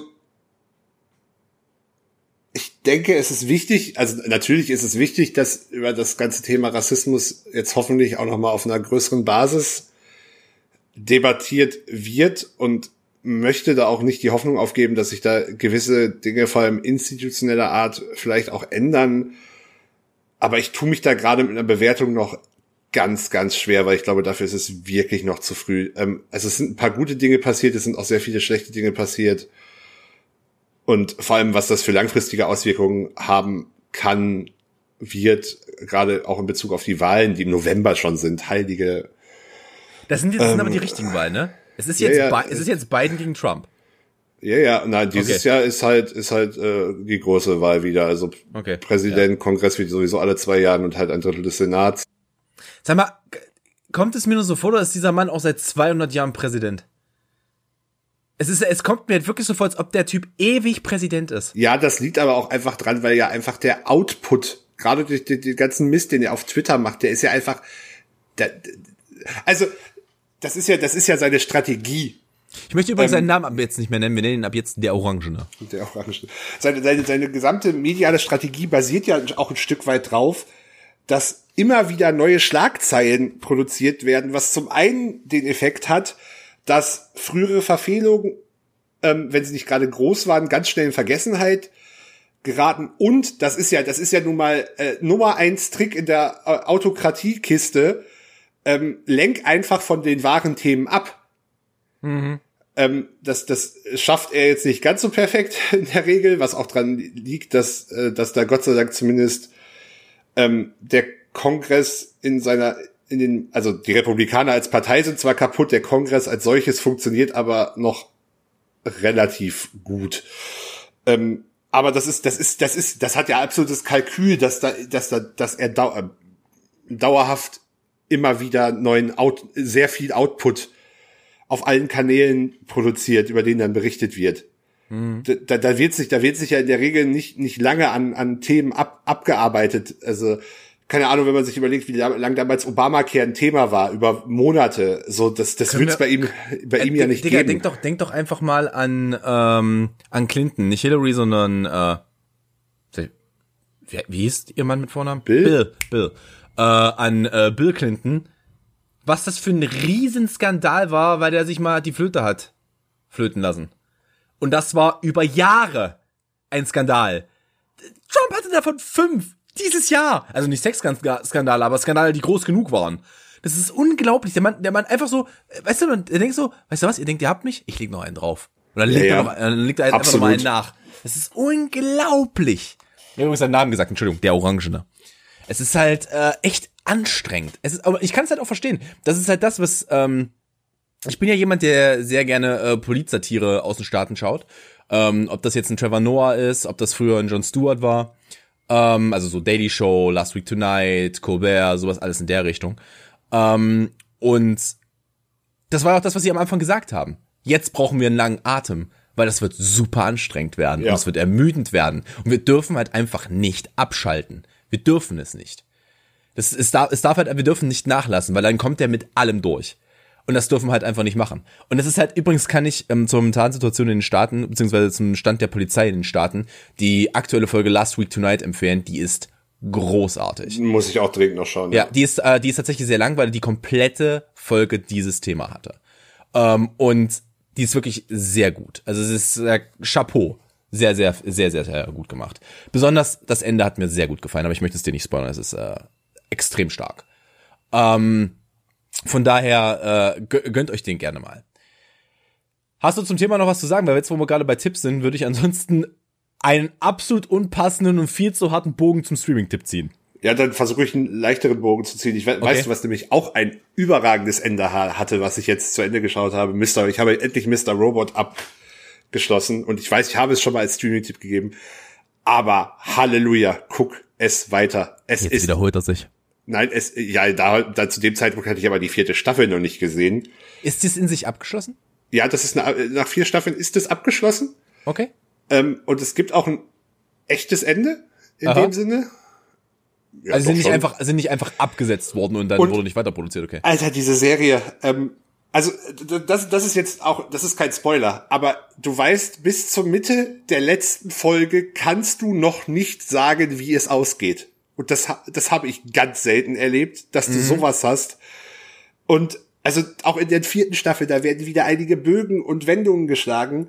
ich denke, es ist wichtig, also natürlich ist es wichtig, dass über das ganze Thema Rassismus jetzt hoffentlich auch nochmal auf einer größeren Basis debattiert wird und möchte da auch nicht die Hoffnung aufgeben, dass sich da gewisse Dinge vor allem institutioneller Art vielleicht auch ändern. Aber ich tue mich da gerade mit einer Bewertung noch ganz, ganz schwer, weil ich glaube, dafür ist es wirklich noch zu früh. Ähm, also es sind ein paar gute Dinge passiert, es sind auch sehr viele schlechte Dinge passiert. Und vor allem, was das für langfristige Auswirkungen haben kann, wird, gerade auch in Bezug auf die Wahlen, die im November schon sind, heilige. Das sind jetzt das sind Ähm, aber die richtigen Wahlen, ne? Es ist ja, jetzt, ja. Bi- es ist jetzt Biden gegen Trump. Ja, ja, nein, dieses Okay. Jahr ist halt, ist halt äh, die große Wahl wieder. Also Okay. Präsident, Kongress wird sowieso alle zwei Jahre und halt ein Drittel des Senats. Sag mal, k- kommt es mir nur so vor, oder ist dieser Mann auch seit zweihundert Jahren Präsident? Es ist, es kommt mir halt wirklich so vor, als ob der Typ ewig Präsident ist. Ja, das liegt aber auch einfach dran, weil ja einfach der Output, gerade durch den, den ganzen Mist, den er auf Twitter macht, der ist ja einfach, der, also das ist ja, das ist ja seine Strategie. Ich möchte übrigens Ähm, seinen Namen ab jetzt nicht mehr nennen, wir nennen ihn ab jetzt der Orangene. Der Orange. Seine, seine, seine gesamte mediale Strategie basiert ja auch ein Stück weit drauf, dass immer wieder neue Schlagzeilen produziert werden, was zum einen den Effekt hat, dass frühere Verfehlungen, ähm, wenn sie nicht gerade groß waren, ganz schnell in Vergessenheit geraten. Und das ist ja, das ist ja nun mal äh, Nummer eins Trick in der äh, Autokratiekiste. Ähm, lenk einfach von den wahren Themen ab. Ähm, das, das schafft er jetzt nicht ganz so perfekt in der Regel, was auch dran liegt, dass, äh, dass da Gott sei Dank zumindest ähm, der Kongress in seiner, in den, also die Republikaner als Partei sind zwar kaputt, der Kongress als solches funktioniert aber noch relativ gut. Ähm, aber das ist, das ist, das ist, das hat ja absolutes Kalkül, dass da, dass da, dass er dau- äh, dauerhaft immer wieder neuen Out, sehr viel Output auf allen Kanälen produziert, über den dann berichtet wird. Mhm. Da, da wird sich, da wird sich ja in der Regel nicht, nicht lange an, an Themen ab, abgearbeitet. Also, keine Ahnung, wenn man sich überlegt, wie lang damals Obamacare ein Thema war, über Monate, so, das, das wird's bei ihm, bei äh, ihm ja nicht Digga, geben. Denk doch, denk doch einfach mal an, ähm, an Clinton, nicht Hillary, sondern, äh, wie, wie hieß ihr Mann mit Vornamen? Bill? Bill, Bill. Äh, an, äh, Bill Clinton. Was das für ein Riesenskandal war, weil der sich mal die Flöte hat flöten lassen. Und das war über Jahre ein Skandal. Trump hatte davon fünf dieses Jahr. Also nicht Sexskandale, aber Skandale, die groß genug waren. Das ist unglaublich. Der Mann, der Mann einfach so, weißt du, der denkt so, weißt du was, ihr denkt, ihr habt mich? Ich leg noch einen drauf. Und dann legt ja, er ja. noch, dann legt er einfach noch mal einen nach. Das ist unglaublich. Ich habe übrigens seinen Namen gesagt, Entschuldigung, der Orangene. Es ist halt äh, echt anstrengend. Es ist, aber ich kann es halt auch verstehen. Das ist halt das, was ähm, ich bin ja jemand, der sehr gerne äh, Polizsatire aus den Staaten schaut. Ähm, ob das jetzt ein Trevor Noah ist, ob das früher ein Jon Stewart war. Ähm, also so Daily Show, Last Week Tonight, Colbert, sowas alles in der Richtung. Ähm, und das war auch das, was sie am Anfang gesagt haben. Jetzt brauchen wir einen langen Atem, weil das wird super anstrengend werden. Ja. Und es wird ermüdend werden. Und wir dürfen halt einfach nicht abschalten. Wir dürfen es nicht. Das, es, darf, es darf halt, wir dürfen nicht nachlassen, weil dann kommt der mit allem durch. Und das dürfen wir halt einfach nicht machen. Und das ist halt, übrigens kann ich ähm, zur momentanen Situation in den Staaten, beziehungsweise zum Stand der Polizei in den Staaten, die aktuelle Folge Last Week Tonight empfehlen, die ist großartig. Muss ich auch dringend noch schauen. Ja, ja die ist äh, die ist tatsächlich sehr lang, weil die komplette Folge dieses Thema hatte. Ähm, und die ist wirklich sehr gut. Also es ist äh, Chapeau. Sehr, sehr, sehr, sehr, sehr gut gemacht. Besonders das Ende hat mir sehr gut gefallen, aber ich möchte es dir nicht spoilern, es ist äh, extrem stark. Ähm, von daher äh, gönnt euch den gerne mal. Hast du zum Thema noch was zu sagen? Weil jetzt, wo wir gerade bei Tipps sind, würde ich ansonsten einen absolut unpassenden und viel zu harten Bogen zum Streaming-Tipp ziehen. Ja, dann versuche ich einen leichteren Bogen zu ziehen. Ich we- okay. Weißt du, was nämlich auch ein überragendes Ende ha- hatte, was ich jetzt zu Ende geschaut habe? Mister Ich habe endlich Mister Robot abgeschlossen und ich weiß, ich habe es schon mal als Streaming-Tipp gegeben. Aber Halleluja, guck es weiter. Es jetzt ist, wiederholt er sich. Nein, es, ja, da, da zu dem Zeitpunkt hatte ich aber die vierte Staffel noch nicht gesehen. Ist das in sich abgeschlossen? Ja, das ist eine, nach vier Staffeln ist das abgeschlossen. Okay. Ähm, und es gibt auch ein echtes Ende in Aha. dem Sinne. Ja, also sind nicht schon. einfach, sind nicht einfach abgesetzt worden und dann und, wurde nicht weiter produziert, okay. Alter, diese Serie, ähm, also das, das ist jetzt auch, das ist kein Spoiler, aber du weißt, bis zur Mitte der letzten Folge kannst du noch nicht sagen, wie es ausgeht. Und das, das habe ich ganz selten erlebt, dass du mhm. sowas hast. Und also auch in der vierten Staffel, da werden wieder einige Bögen und Wendungen geschlagen.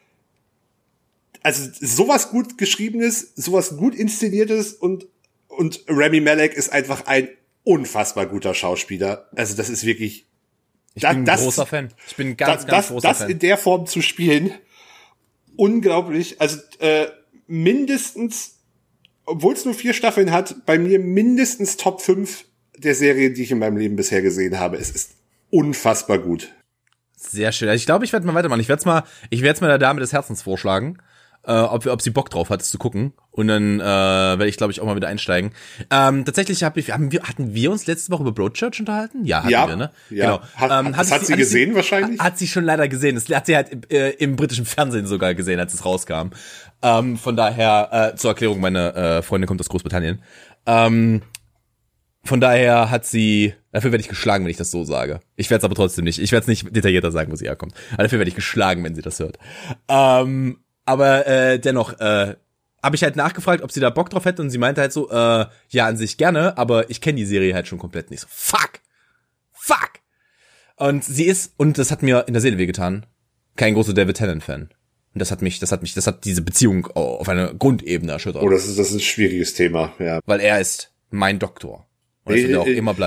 Also sowas gut geschriebenes, sowas gut inszeniertes und und Rami Malek ist einfach ein unfassbar guter Schauspieler. Also das ist wirklich. Ich da, bin ein das, großer Fan. Ich bin ein ganz, das, ganz das, großer das Fan. Das in der Form zu spielen, unglaublich. Also äh, mindestens, obwohl es nur vier Staffeln hat, bei mir mindestens Top fünf der Serien, die ich in meinem Leben bisher gesehen habe. Es ist unfassbar gut. Sehr schön. Also ich glaube, ich werde mal weitermachen. Ich werde es mal, ich werde es mal der Dame des Herzens vorschlagen, äh, ob, ob sie Bock drauf hat, es zu gucken. Und dann äh, werde ich, glaube ich, auch mal wieder einsteigen. Ähm, tatsächlich hab ich, haben wir, hatten wir uns letzte Woche über Broadchurch unterhalten? Ja, hatten ja, wir, ne? Ja. Genau. Hat, ähm, das hat, hat sie, hat gesehen sie, wahrscheinlich? Hat sie schon leider gesehen. Das hat sie halt äh, im britischen Fernsehen sogar gesehen, als es rauskam. Ähm, von daher, äh, zur Erklärung, meine äh, Freundin kommt aus Großbritannien. Ähm, Von daher hat sie, dafür werde ich geschlagen, wenn ich das so sage. Ich werde es aber trotzdem nicht, ich werde es nicht detaillierter sagen, wo sie herkommt. Aber dafür werde ich geschlagen, wenn sie das hört. Ähm, aber äh, dennoch, äh, habe ich halt nachgefragt, ob sie da Bock drauf hätte und sie meinte halt so, äh, ja, an sich gerne, aber ich kenne die Serie halt schon komplett nicht. So, fuck! Fuck! Und sie ist, und das hat mir in der Seele wehgetan, kein großer David Tennant-Fan. Und das hat mich, das hat mich, das hat diese Beziehung auf einer Grundebene erschüttert. Oh, das ist, das ist ein schwieriges Thema, ja. Weil er ist mein Doktor. Und das wird er auch immer bleiben.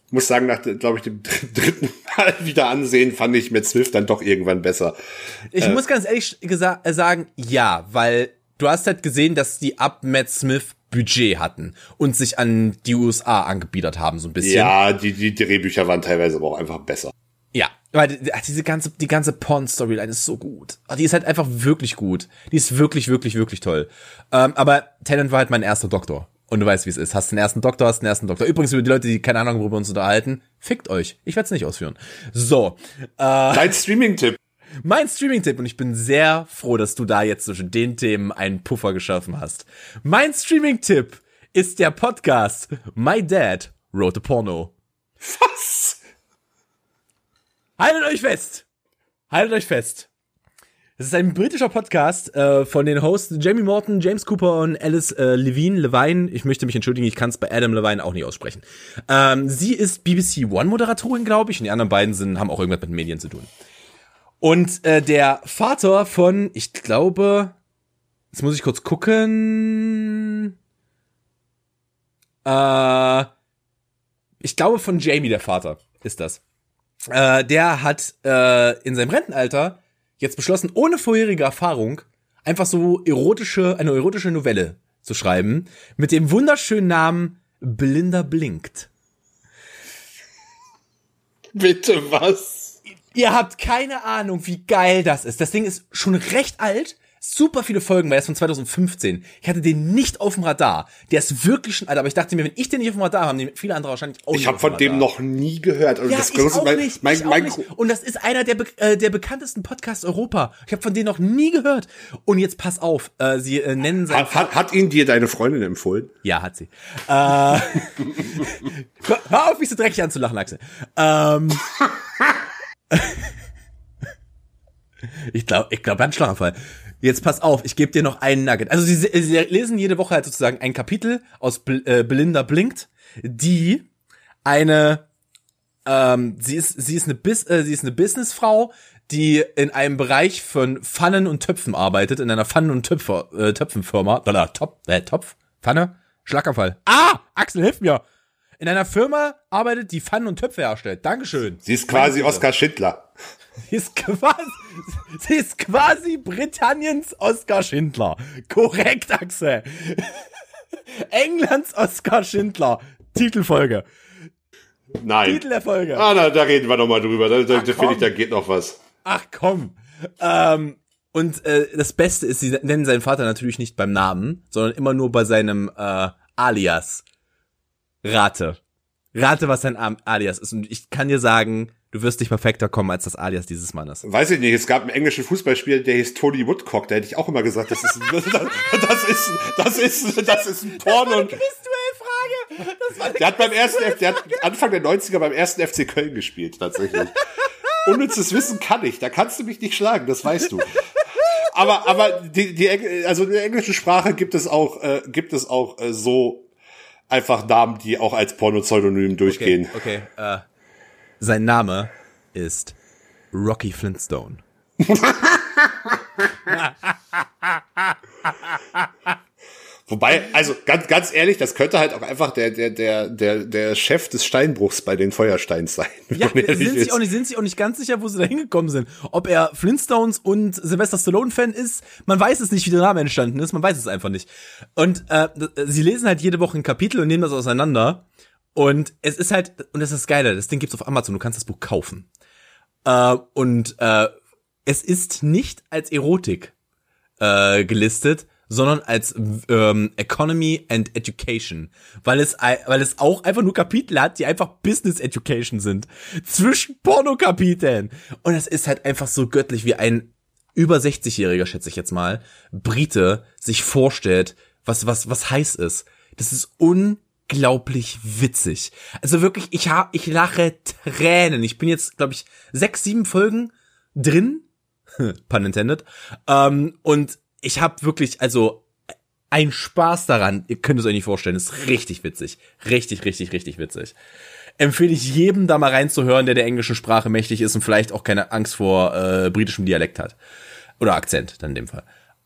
muss sagen, nach, glaube ich, dem dritten Mal wieder ansehen, fand ich Matt Smith dann doch irgendwann besser. Ich äh, muss ganz ehrlich gesa- äh, sagen, ja, weil du hast halt gesehen, dass die ab Matt Smith Budget hatten und sich an die U S A angebiedert haben, so ein bisschen. Ja, die, die Drehbücher waren teilweise aber auch einfach besser. Ja, weil diese ganze, die ganze Porn-Storyline ist so gut. Die ist halt einfach wirklich gut. Die ist wirklich, wirklich, wirklich toll. Ähm, aber Tennant war halt mein erster Doktor. Und du weißt, wie es ist. Hast den ersten Doktor, hast den ersten Doktor. Übrigens, über die Leute, die keine Ahnung, worüber wir uns unterhalten, fickt euch. Ich werde es nicht ausführen. So. Äh, Dein Streaming-Tipp. Mein Streaming-Tipp, und ich bin sehr froh, dass du da jetzt zwischen den Themen einen Puffer geschaffen hast. Mein Streaming-Tipp ist der Podcast My Dad Wrote a Porno. Was? Haltet euch fest! Haltet euch fest! Es ist ein britischer Podcast äh, von den Hosts Jamie Morton, James Cooper und Alice äh, Levine. Levine, ich möchte mich entschuldigen, ich kann es bei Adam Levine auch nicht aussprechen. Ähm, sie ist B B C One-Moderatorin, glaube ich, und die anderen beiden sind, haben auch irgendwas mit Medien zu tun. Und äh, der Vater von, ich glaube, jetzt muss ich kurz gucken, äh, ich glaube von Jamie, der Vater, ist das. Äh, der hat äh, in seinem Rentenalter jetzt beschlossen, ohne vorherige Erfahrung, einfach so erotische, eine erotische Novelle zu schreiben, mit dem wunderschönen Namen Belinda Blinkt. Bitte was? Ihr habt keine Ahnung, wie geil das ist. Das Ding ist schon recht alt, super viele Folgen, weil er ist von zwanzig fünfzehn. Ich hatte den nicht auf dem Radar. Der ist wirklich schon alt, aber ich dachte mir, wenn ich den nicht auf dem Radar habe, haben die viele andere wahrscheinlich auch ich nicht hab auf dem Ich habe von Radar. dem noch nie gehört. Also Ja, das ich große, auch mein, nicht, mein, ich mein, auch nicht. Und das ist einer der, be- äh, der bekanntesten Podcasts Europa. Ich habe von denen noch nie gehört. Und jetzt pass auf, äh, sie äh, nennen seinen Hat, hat, hat ihn dir deine Freundin empfohlen? Ja, hat sie. Äh, hör auf, mich so dreckig anzulachen, Axel. Ähm, ich glaube, ich glaube, er hat einen Schlaganfall. Jetzt pass auf, ich gebe dir noch einen Nugget. Also sie, sie lesen jede Woche halt sozusagen ein Kapitel aus Bl- äh, Belinda Blinkt, die eine, ähm, sie ist, sie ist eine, Bis, äh, sie ist eine Businessfrau, die in einem Bereich von Pfannen und Töpfen arbeitet, in einer Pfannen- und Töpfer, äh, Töpfenfirma. Oder Top, äh, Topf, Pfanne, Schlaganfall. Ah, Axel, hilf mir. In einer Firma arbeitet, die Pfannen und Töpfe herstellt. Dankeschön. Sie ist quasi Oskar Schindler. Sie ist quasi, sie ist quasi Britanniens Oskar Schindler. Korrekt, Axel. Englands Oskar Schindler. Titelfolge. Nein. Titel der Folge. Ah, da, da reden wir noch mal drüber. Da, da, Ach, da finde ich, da geht noch was. Ach komm. Ähm, und äh, das Beste ist, sie nennen seinen Vater natürlich nicht beim Namen, sondern immer nur bei seinem äh, Alias. Rate. Rate, was sein Alias ist. Und ich kann dir sagen, du wirst nicht perfekter kommen als das Alias dieses Mannes. Weiß ich nicht, es gab einen englischen Fußballspieler, der hieß Tony Woodcock, da hätte ich auch immer gesagt, das ist, das, das ist, das ist, das ist ein Porno. Das war eine Frage. Das war eine Der hat beim ersten, F- der hat Anfang der neunziger beim ersten F C Köln gespielt, tatsächlich. Unnützes Wissen kann ich, da kannst du mich nicht schlagen, das weißt du. Aber, aber, die, die, Eng- also in der englischen Sprache gibt es auch, äh, gibt es auch, äh, so einfach Namen, die auch als Porno-Pseudonym durchgehen. Okay, okay. Äh, sein Name ist Rocky Flintstone. Wobei, also ganz, ganz ehrlich, das könnte halt auch einfach der, der, der, der, der Chef des Steinbruchs bei den Feuersteins sein. Ja, sind sich, auch nicht, sind sich auch nicht ganz sicher, wo sie da hingekommen sind. Ob er Flintstones und Sylvester Stallone-Fan ist, man weiß es nicht, wie der Name entstanden ist, man weiß es einfach nicht. Und äh, sie lesen halt jede Woche ein Kapitel und nehmen das auseinander. Und es ist halt, und das ist das Geile, das Ding gibt's auf Amazon, du kannst das Buch kaufen. Äh, und äh, es ist nicht als Erotik äh, gelistet, sondern als ähm, Economy and Education, weil es weil es auch einfach nur Kapitel hat, die einfach Business Education sind, zwischen Pornokapiteln. Und es ist halt einfach so göttlich, wie ein über sechzigjähriger, schätze ich jetzt mal, Brite sich vorstellt, was was was heiß ist. Das ist unglaublich witzig. Also wirklich, ich hab, ich lache Tränen. Ich bin jetzt, glaube ich, sechs, sieben Folgen drin, pun intended, ähm, und ich habe wirklich, also, ein Spaß daran. Ihr könnt es euch nicht vorstellen. Ist richtig witzig. Richtig, richtig, richtig witzig. Empfehle ich jedem, da mal reinzuhören, der der englischen Sprache mächtig ist und vielleicht auch keine Angst vor äh, britischem Dialekt hat. Oder Akzent, dann in dem Fall.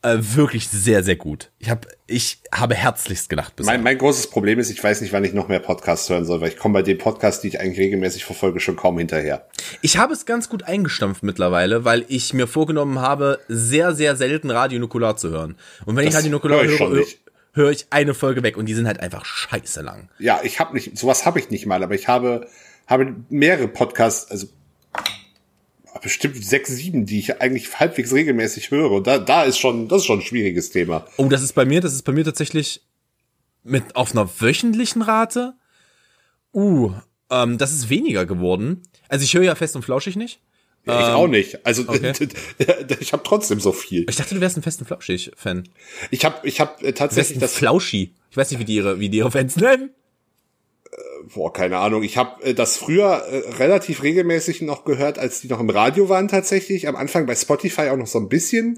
Äh, wirklich sehr, sehr gut. Ich habe ich habe herzlichst gelacht bisher. Mein, mein großes Problem ist, ich weiß nicht, wann ich noch mehr Podcasts hören soll, weil ich komme bei den Podcasts, die ich eigentlich regelmäßig verfolge, schon kaum hinterher. Ich habe es ganz gut eingestampft mittlerweile, weil ich mir vorgenommen habe, sehr, sehr selten Radio Nukular zu hören. Und wenn Das ich Radio Nukular hör ich höre, schon höre nicht. höre ich eine Folge weg und die sind halt einfach scheiße lang. Ja, ich habe nicht, sowas habe ich nicht mal, aber ich habe, habe mehrere Podcasts, also bestimmt sechs, sieben, die ich eigentlich halbwegs regelmäßig höre. Und da, da ist schon, das ist schon ein schwieriges Thema. Oh, das ist bei mir, das ist bei mir tatsächlich mit auf einer wöchentlichen Rate. Uh, ähm, das ist weniger geworden. Also ich höre ja Fest und Flauschig nicht. Ja, ich ähm, auch nicht. Also okay. ich habe trotzdem so viel. Ich dachte, du wärst ein Fest und Flauschig-Fan. Ich habe, ich habe äh, tatsächlich das das. Flauschi. Ich weiß nicht, wie die ihre, wie die ihre Fans nennen. Boah, keine Ahnung. Ich habe äh, das früher äh, relativ regelmäßig noch gehört, als die noch im Radio waren tatsächlich. Am Anfang bei Spotify auch noch so ein bisschen.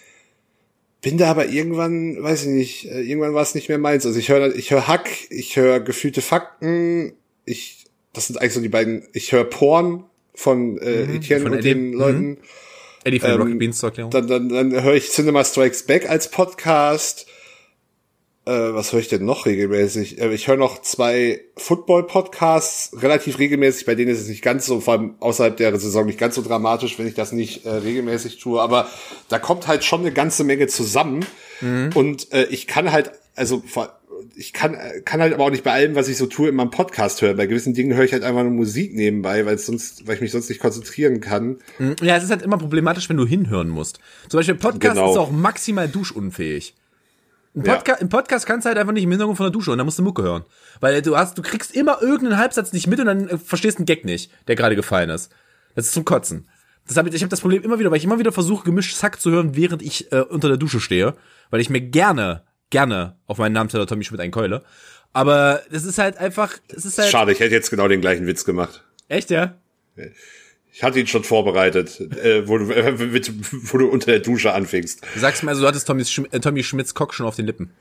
Bin da aber irgendwann, weiß ich nicht, äh, irgendwann war es nicht mehr meins. Also ich höre ich höre Hack, ich höre gefühlte Fakten, ich, das sind eigentlich so die beiden, ich höre Porn von äh, Mhm, Etienne von und Eddie. den Leuten. Mhm. Eddie von Ähm, Rocket Beans zur Erklärung. Dann, dann, dann höre ich Cinema Strikes Back als Podcast. Äh, was höre ich denn noch regelmäßig? Äh, ich höre noch zwei Football-Podcasts, relativ regelmäßig, bei denen ist es nicht ganz so, vor allem außerhalb der Saison nicht ganz so dramatisch, wenn ich das nicht äh, regelmäßig tue, aber da kommt halt schon eine ganze Menge zusammen mhm. und äh, ich kann halt, also ich kann kann halt aber auch nicht bei allem, was ich so tue, in meinem Podcast hören. Bei gewissen Dingen höre ich halt einfach nur Musik nebenbei, weil es sonst, weil ich mich sonst nicht konzentrieren kann. Ja, es ist halt immer problematisch, wenn du hinhören musst. Zum Beispiel Podcast Genau. ist auch maximal duschunfähig. Im, Podca- Ja. Im Podcast kannst du halt einfach nicht im Hintergrund von der Dusche und dann musst du Mucke hören. Weil du hast, du kriegst immer irgendeinen Halbsatz nicht mit und dann äh, verstehst einen Gag nicht, der gerade gefallen ist. Das ist zum Kotzen. Das hab ich ich habe das Problem immer wieder, weil ich immer wieder versuche, gemischtes Hack zu hören, während ich äh, unter der Dusche stehe. Weil ich mir gerne, gerne auf meinen Namensvetter Tommy Schmidt einkeule. Aber das ist halt einfach, es ist halt... Schade, ich hätte jetzt genau den gleichen Witz gemacht. Echt, ja? Ich hatte ihn schon vorbereitet, äh, wo, du, äh, mit, wo du unter der Dusche anfingst. Du sagst mir also, du hattest Tommy, Schm- äh, Tommy Schmidts Cock schon auf den Lippen.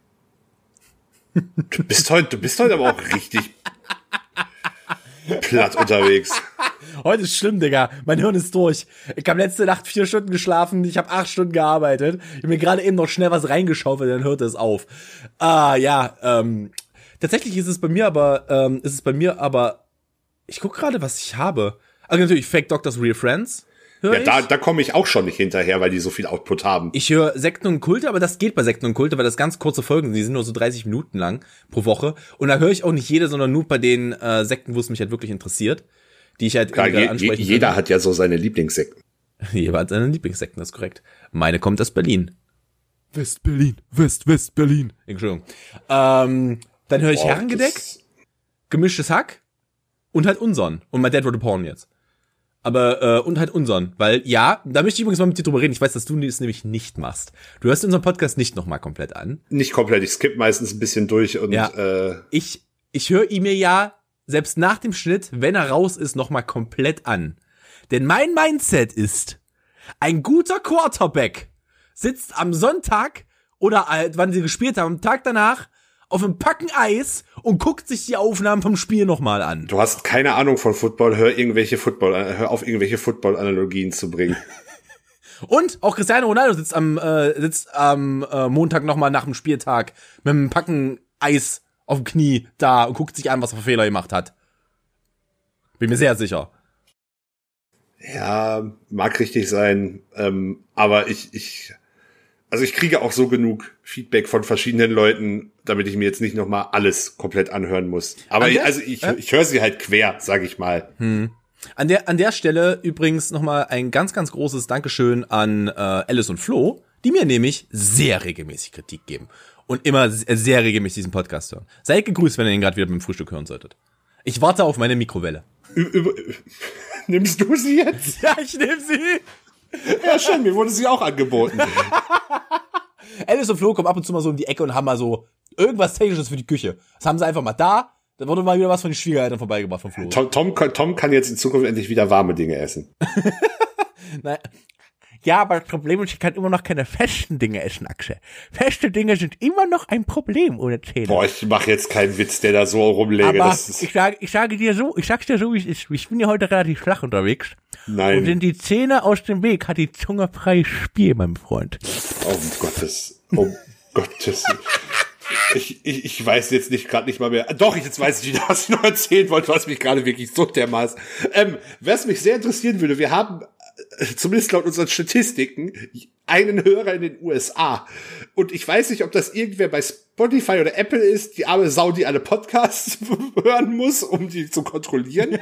Du bist heute, du bist heute aber auch richtig platt unterwegs. Heute ist schlimm, Digga. Mein Hirn ist durch. Ich habe letzte Nacht vier Stunden geschlafen, ich habe acht Stunden gearbeitet. Ich habe mir gerade eben noch schnell was reingeschaufelt, dann hörte es auf. Ah, ja, ähm, tatsächlich ist es bei mir aber, ähm, ist es bei mir aber, ich guck gerade, was ich habe. Also natürlich Fake Doctors, Real Friends. Hör Ja, ich. da, da komme ich auch schon nicht hinterher, weil die so viel Output haben. Ich höre Sekten und Kulte, aber das geht bei Sekten und Kulte, weil das ganz kurze Folgen sind. Die sind nur so dreißig Minuten lang pro Woche. Und da höre ich auch nicht jede, sondern nur bei den äh, Sekten, wo es mich halt wirklich interessiert. Die ich halt Klar, irgendwie je, ansprechen je, jeder finde. hat ja so seine Lieblingssekten. Jeder hat seine Lieblingssekten, das ist korrekt. Meine kommt aus Berlin. West-Berlin, West-West-Berlin. Entschuldigung. Ähm, dann höre ich Boah, Herrengedeck, das- Gemischtes Hack und halt unseren. Und My Dad Wrote a Porn jetzt. Aber, äh, und halt unseren. Weil, ja, da möchte ich übrigens mal mit dir drüber reden. Ich weiß, dass du das nämlich nicht machst. Du hörst unseren Podcast nicht nochmal komplett an. Nicht komplett, ich skippe meistens ein bisschen durch und Ja. äh, Ich, ich höre ihn mir ja, selbst nach dem Schnitt, wenn er raus ist, nochmal komplett an. Denn mein Mindset ist, ein guter Quarterback sitzt am Sonntag oder halt, wann sie gespielt haben, am Tag danach, auf einem Packen Eis und guckt sich die Aufnahmen vom Spiel nochmal an. du hast keine Ahnung von Football, hör irgendwelche Football, hör auf irgendwelche Football-Analogien zu bringen. Und auch Cristiano Ronaldo sitzt am, äh, sitzt am äh, Montag nochmal nach dem Spieltag mit einem Packen Eis auf dem Knie da und guckt sich an, was er für Fehler gemacht hat. Bin mir sehr sicher. Ja, mag richtig sein, ähm, aber ich, ich, also ich kriege auch so genug Feedback von verschiedenen Leuten, damit ich mir jetzt nicht nochmal alles komplett anhören muss. Aber An ich, der- also ich, äh? ich höre sie halt quer, sag ich mal. An der, an der Stelle übrigens nochmal ein ganz, ganz großes Dankeschön an äh, Alice und Flo, die mir nämlich sehr regelmäßig Kritik geben und immer sehr, sehr regelmäßig diesen Podcast hören. Seid gegrüßt, wenn ihr ihn gerade wieder beim Frühstück hören solltet. Ich warte auf meine Mikrowelle. Ü- über, nimmst du sie jetzt? Ja, ich nehme sie. Ja, schön, mir wurde sie auch angeboten. Alice und Flo kommen ab und zu mal so um die Ecke und haben mal so irgendwas Technisches für die Küche. Das haben sie einfach mal da. Da wurde mal wieder was von den Schwiegereltern vorbeigebracht von Flo. Tom, Tom, kann- Tom kann jetzt in Zukunft endlich wieder warme Dinge essen. Nein. Ja, aber das Problem ist, ich kann immer noch keine festen Dinge essen, Axel. Feste Dinge sind immer noch ein Problem ohne Zähne. Boah, ich mache jetzt keinen Witz, der da so rumlege. Aber Das ist, ich sage, ich sage dir so, ich sag's dir so, wie es ist. Ich bin ja heute relativ flach unterwegs. Nein. Und sind die Zähne aus dem Weg, hat die Zunge freies Spiel, mein Freund. Oh, um Gottes, um Gottes. Ich, ich, ich weiß jetzt nicht gerade nicht mal mehr. Doch, jetzt weiß ich wieder, was ich noch erzählen wollte, was mich gerade wirklich so dermaßen. Ähm, was mich sehr interessieren würde, wir haben, äh, zumindest laut unseren Statistiken, einen Hörer in den U S A. Und ich weiß nicht, ob das irgendwer bei Spotify oder Apple ist, die arme Sau, die alle Podcasts hören muss, um die zu kontrollieren.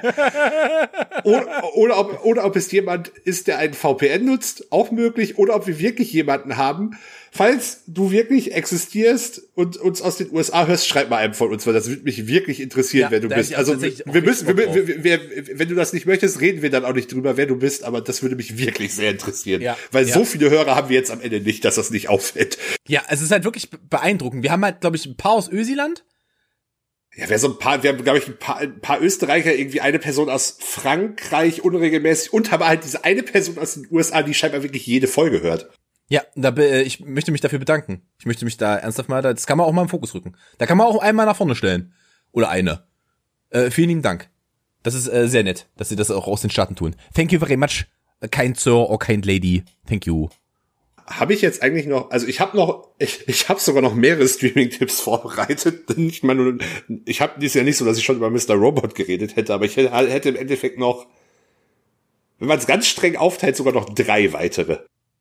oder, oder, ob, oder ob es jemand ist, der einen V P N nutzt, auch möglich. Oder ob wir wirklich jemanden haben. Falls du wirklich existierst und uns aus den U S A hörst, schreib mal einem von uns, weil das würde mich wirklich interessieren, Ja, wer du da bist. hätte ich also Also wir, tatsächlich wir auch müssen, wir, richtig wir, wir, wir, wenn du das nicht möchtest, reden wir dann auch nicht drüber, wer du bist, aber das würde mich wirklich sehr interessieren. Ja, weil ja. so viele Hörer haben wir jetzt am Ende nicht, dass das nicht auffällt. Ja, es ist halt wirklich beeindruckend. Wir haben halt, glaube ich, ein paar aus Ösiland. Ja, wir so ein paar, wir haben, glaube ich, ein paar, ein paar Österreicher, irgendwie eine Person aus Frankreich unregelmäßig und haben halt diese eine Person aus den U S A, die scheinbar wirklich jede Folge hört. Ja, da, be- ich möchte mich dafür bedanken. Ich möchte mich da ernsthaft mal, das kann man auch mal im Fokus rücken. Da kann man auch einmal nach vorne stellen. Oder eine. Äh, vielen lieben Dank. Das ist äh, sehr nett, dass Sie das auch aus den Staaten tun. Thank you very much, kind Sir or kind Lady. Thank you. Habe ich jetzt eigentlich noch, also ich habe noch, ich, ich habe sogar noch mehrere Streaming-Tipps vorbereitet. Ich meine, ich habe dies ja nicht so, dass ich schon über Mister Robot geredet hätte, aber ich hätte, hätte im Endeffekt noch, wenn man es ganz streng aufteilt, sogar noch drei weitere.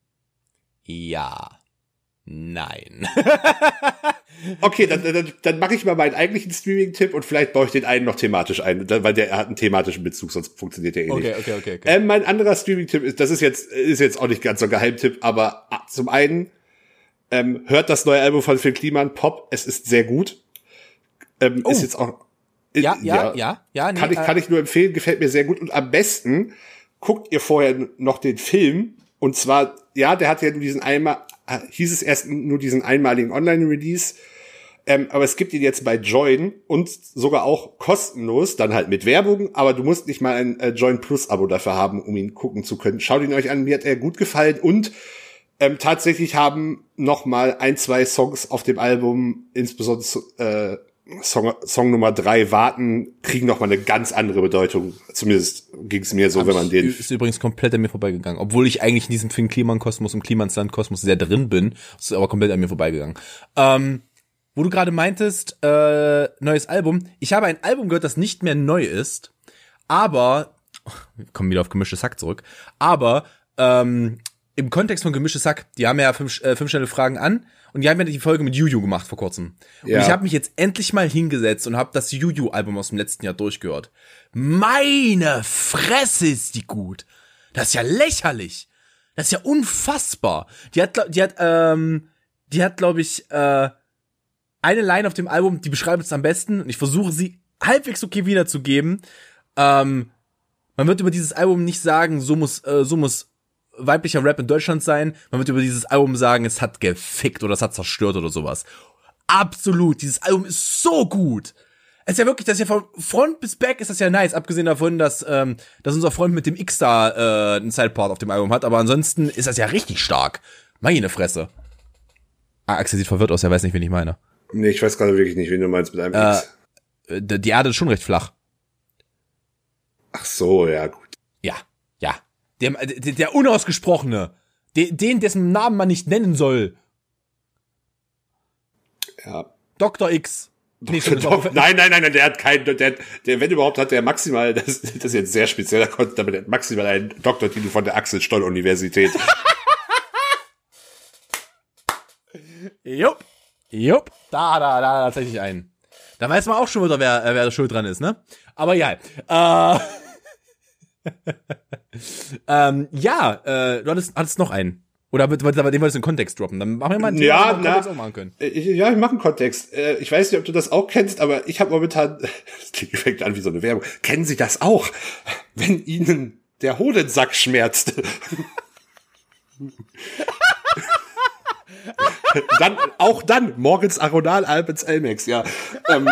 Ja. Nein. Okay, dann, dann, dann mache ich mal meinen eigentlichen Streaming-Tipp und vielleicht baue ich den einen noch thematisch ein, weil der hat einen thematischen Bezug, sonst funktioniert der eh Okay, nicht. okay, okay, okay. Ähm, mein anderer Streaming-Tipp ist, das ist jetzt, ist jetzt auch nicht ganz so ein Geheimtipp, aber zum einen, ähm, hört das neue Album von Phil Kliman, Pop, es ist sehr gut. Ähm, Oh. Ist jetzt auch, Ja, ja, ja, ja. Nee, kann ich, äh, kann ich nur empfehlen, gefällt mir sehr gut. Und am besten guckt ihr vorher noch den Film. Und zwar, ja, der hat ja nur diesen einmal, hieß es erst nur diesen einmaligen Online-Release. Ähm, aber es gibt ihn jetzt bei Join und sogar auch kostenlos, dann halt mit Werbung, aber du musst nicht mal ein äh, Join Plus Abo dafür haben, um ihn gucken zu können. Schaut ihn euch an, mir hat er gut gefallen und ähm, tatsächlich haben noch mal ein, zwei Songs auf dem Album, insbesondere äh, Song, Song Nummer drei, Warten, kriegen noch mal eine ganz andere Bedeutung. Zumindest ging es mir so, wenn man den... Ist übrigens komplett an mir vorbeigegangen. Obwohl ich eigentlich in diesem Film Kliman-Kosmos und Klimansland-Kosmos sehr drin bin. Ist aber komplett an mir vorbeigegangen. Ähm, wo du gerade meintest, äh, neues Album. Ich habe ein Album gehört, das nicht mehr neu ist, aber, wir kommen wieder auf Gemischtes Hack zurück, aber ähm, im Kontext von Gemischtes Hack, die haben ja fünf, äh, fünf Stelle Fragen an und die haben ja die Folge mit Juju gemacht vor kurzem. Ja. Und ich habe mich jetzt endlich mal hingesetzt und habe das Juju-Album aus dem letzten Jahr durchgehört. Meine Fresse ist die gut. Das ist ja lächerlich. Das ist ja unfassbar. Die hat, die hat, ähm, die hat, glaube ich, äh, eine Line auf dem Album, die beschreibt es am besten und ich versuche sie halbwegs okay wiederzugeben. Ähm, man wird über dieses Album nicht sagen, so muss, äh, so muss weiblicher Rap in Deutschland sein. Man wird über dieses Album sagen, es hat gefickt oder es hat zerstört oder sowas. Absolut, dieses Album ist so gut. Es ist ja wirklich, das ist ja von Front bis Back ist das ja nice, abgesehen davon, dass, ähm, dass unser Freund mit dem X da äh, einen Sidepart auf dem Album hat, aber ansonsten ist das ja richtig stark. Meine Fresse. Ah, Axel sieht verwirrt aus, er weiß nicht, wen ich meine. Nee, ich weiß gerade wirklich nicht, wen du meinst mit einem Äh, X. Die die Erde ist schon recht flach. Ach so, ja, gut. Ja, ja. Der, der, der Unausgesprochene. Den, den, dessen Namen man nicht nennen soll. Ja. Doktor X. Nee, Doch, doch, nein, nein, nein, der hat keinen, der, der, wenn überhaupt, hat der maximal, das, das ist jetzt sehr spezieller Content, aber der hat maximal einen Doktortitel von der Axel Stoll Universität. Jupp. Jupp. Da, da, da, tatsächlich einen. Da weiß man auch schon wieder, wer, wer da schuld dran ist, ne? Aber ja. Äh, ähm, ja, äh, du hattest, hattest noch einen. Oder den wolltest du in Kontext droppen. Dann machen wir mal einen Thema, Ja, den wir im na, Kontext auch machen können. Ich, ja, ich mache einen Kontext. Äh, Ich weiß nicht, ob du das auch kennst, aber ich habe momentan, das klingt fängt an wie so eine Werbung, kennen Sie das auch? Wenn Ihnen der Hodensack schmerzt. Dann, auch dann, morgens Aronal, Albens, Elmex, ja. Ähm.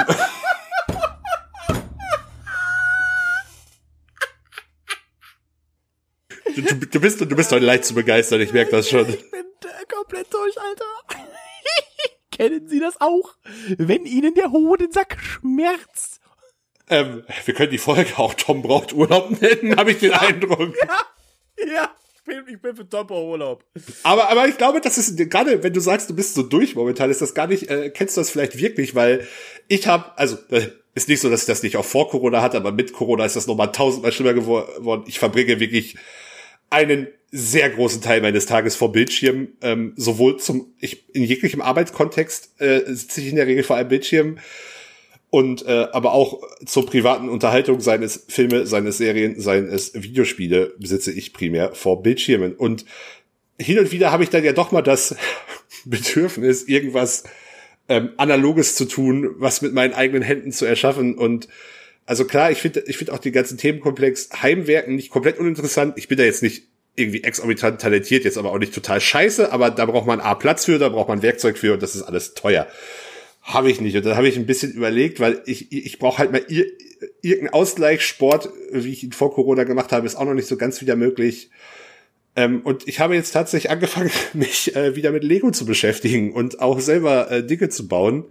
Du, du, du bist, du bist heute leicht zu begeistern, ich merke das schon. Ich bin äh, komplett durch, Alter. Kennen Sie das auch? Wenn Ihnen der Hodensack schmerzt. Ähm, wir können die Folge auch Tom braucht Urlaub nennen, habe ich den Eindruck. Ja, ja. Ich bin, ich bin für Tom braucht Urlaub. Aber, aber ich glaube, das ist, gerade wenn du sagst, du bist so durch momentan, ist das gar nicht, äh, kennst du das vielleicht wirklich, weil ich habe, also, äh, ist nicht so, dass ich das nicht auch vor Corona hatte, aber mit Corona ist das nochmal tausendmal schlimmer geworden. Ich verbringe wirklich einen sehr großen Teil meines Tages vor Bildschirm, ähm, sowohl zum, ich, in jeglichem Arbeitskontext, äh, sitze ich in der Regel vor einem Bildschirm, und äh, aber auch zur privaten Unterhaltung, seien es Filme, seien es Serien, seien es Videospiele, besitze ich primär vor Bildschirmen. Und hin und wieder habe ich dann ja doch mal das Bedürfnis, irgendwas ähm, Analoges zu tun, was mit meinen eigenen Händen zu erschaffen. Und also klar, ich finde ich finde auch den ganzen Themenkomplex Heimwerken nicht komplett uninteressant. Ich bin da jetzt nicht irgendwie exorbitant talentiert, jetzt aber auch nicht total scheiße, aber da braucht man A, Platz für, da braucht man Werkzeug für und das ist alles teuer. Habe ich nicht. Und dann habe ich ein bisschen überlegt, weil ich ich brauche halt mal ir- irgendeinen Ausgleichssport, wie ich ihn vor Corona gemacht habe, ist auch noch nicht so ganz wieder möglich. Ähm, und ich habe jetzt tatsächlich angefangen, mich äh, wieder mit Lego zu beschäftigen und auch selber äh, Dinge zu bauen.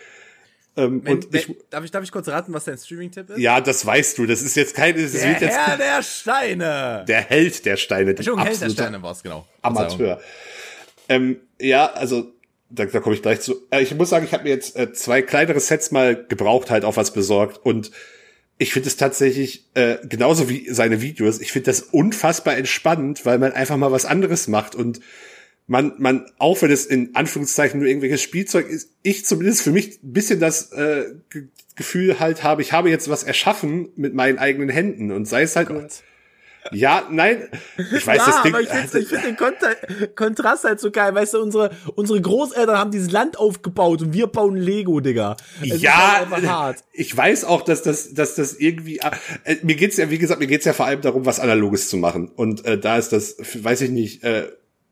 Ähm, Wenn, und ich, wenn, darf ich darf ich kurz raten, was dein Streaming-Tipp ist? ja, das weißt du. Das ist jetzt kein, das Der wird jetzt Herr der Steine. der Held der Steine. Entschuldigung, Held der Steine war es, genau. Amateur. Ähm, ja, also da, da komme ich gleich zu. Äh, ich muss sagen, ich habe mir jetzt äh, zwei kleinere Sets mal gebraucht, halt auch was besorgt. Und ich finde es tatsächlich, äh, genauso wie seine Videos, ich finde das unfassbar entspannend, weil man einfach mal was anderes macht. Und man, man, auch wenn es in Anführungszeichen nur irgendwelches Spielzeug ist, ich zumindest für mich ein bisschen das äh, Ge- Gefühl halt habe, ich habe jetzt was erschaffen mit meinen eigenen Händen. Und sei es halt nur, ja, nein, ich weiß, ja, das Ding, aber ich finde ich find den Kontra- Kontrast halt so geil. Weißt du, unsere, unsere Großeltern haben dieses Land aufgebaut und wir bauen Lego, Digga. Es ja, ist halt einfach hart. ich weiß auch, dass das, dass das irgendwie, äh, mir geht's ja, wie gesagt, mir geht's ja vor allem darum, was Analoges zu machen. Und äh, da ist das, weiß ich nicht, äh,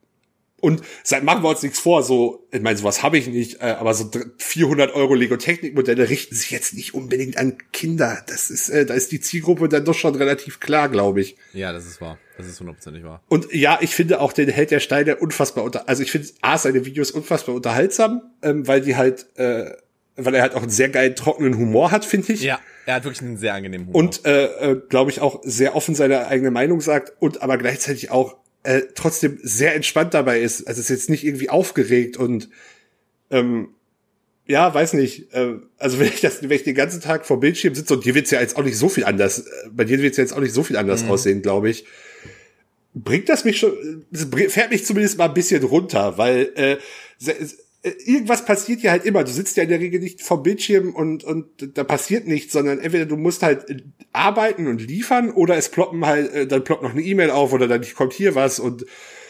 und seit machen wir uns nichts vor, so, ich meine, sowas habe ich nicht, äh, aber so vierhundert Euro Lego-Technik-Modelle richten sich jetzt nicht unbedingt an Kinder. Das ist, äh, da ist die Zielgruppe dann doch schon relativ klar, glaube ich. Ja, das ist wahr. Das ist hundertprozentig wahr. Und ja, ich finde auch den Held der Steine unfassbar unter, also ich finde A, seine Videos unfassbar unterhaltsam, ähm, weil die halt, äh, weil er halt auch einen sehr geilen, trockenen Humor hat, finde ich. Ja, er hat wirklich einen sehr angenehmen Humor. Und, äh, äh glaube ich, auch sehr offen seine eigene Meinung sagt und aber gleichzeitig auch äh, trotzdem sehr entspannt dabei ist. Also es ist jetzt nicht irgendwie aufgeregt und ähm, ja, weiß nicht. Äh, also wenn ich das, wenn ich den ganzen Tag vor Bildschirm sitze und dir wird's ja jetzt auch nicht so viel anders, äh, bei dir wird's ja jetzt auch nicht so viel anders mhm. aussehen, glaube ich. Bringt das mich schon, es fährt mich zumindest mal ein bisschen runter, weil äh, irgendwas passiert ja halt immer. Du sitzt ja in der Regel nicht vom Bildschirm und und da passiert nichts, sondern entweder du musst halt arbeiten und liefern oder es ploppen halt, dann ploppt noch eine E-Mail auf oder dann kommt hier was und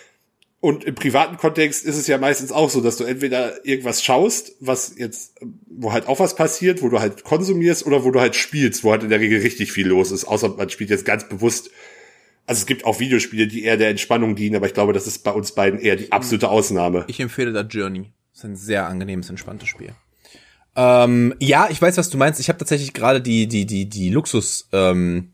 und im privaten Kontext ist es ja meistens auch so, dass du entweder irgendwas schaust, was jetzt, wo halt auch was passiert, wo du halt konsumierst oder wo du halt spielst, wo halt in der Regel richtig viel los ist, außer man spielt jetzt ganz bewusst. Also es gibt auch Videospiele, die eher der Entspannung dienen, aber ich glaube, das ist bei uns beiden eher die absolute Ausnahme. Ich empfehle da Journey. Das ist ein sehr angenehmes, entspanntes Spiel. Ähm, ja, ich weiß, was du meinst. Ich habe tatsächlich gerade die die die die Luxus ähm,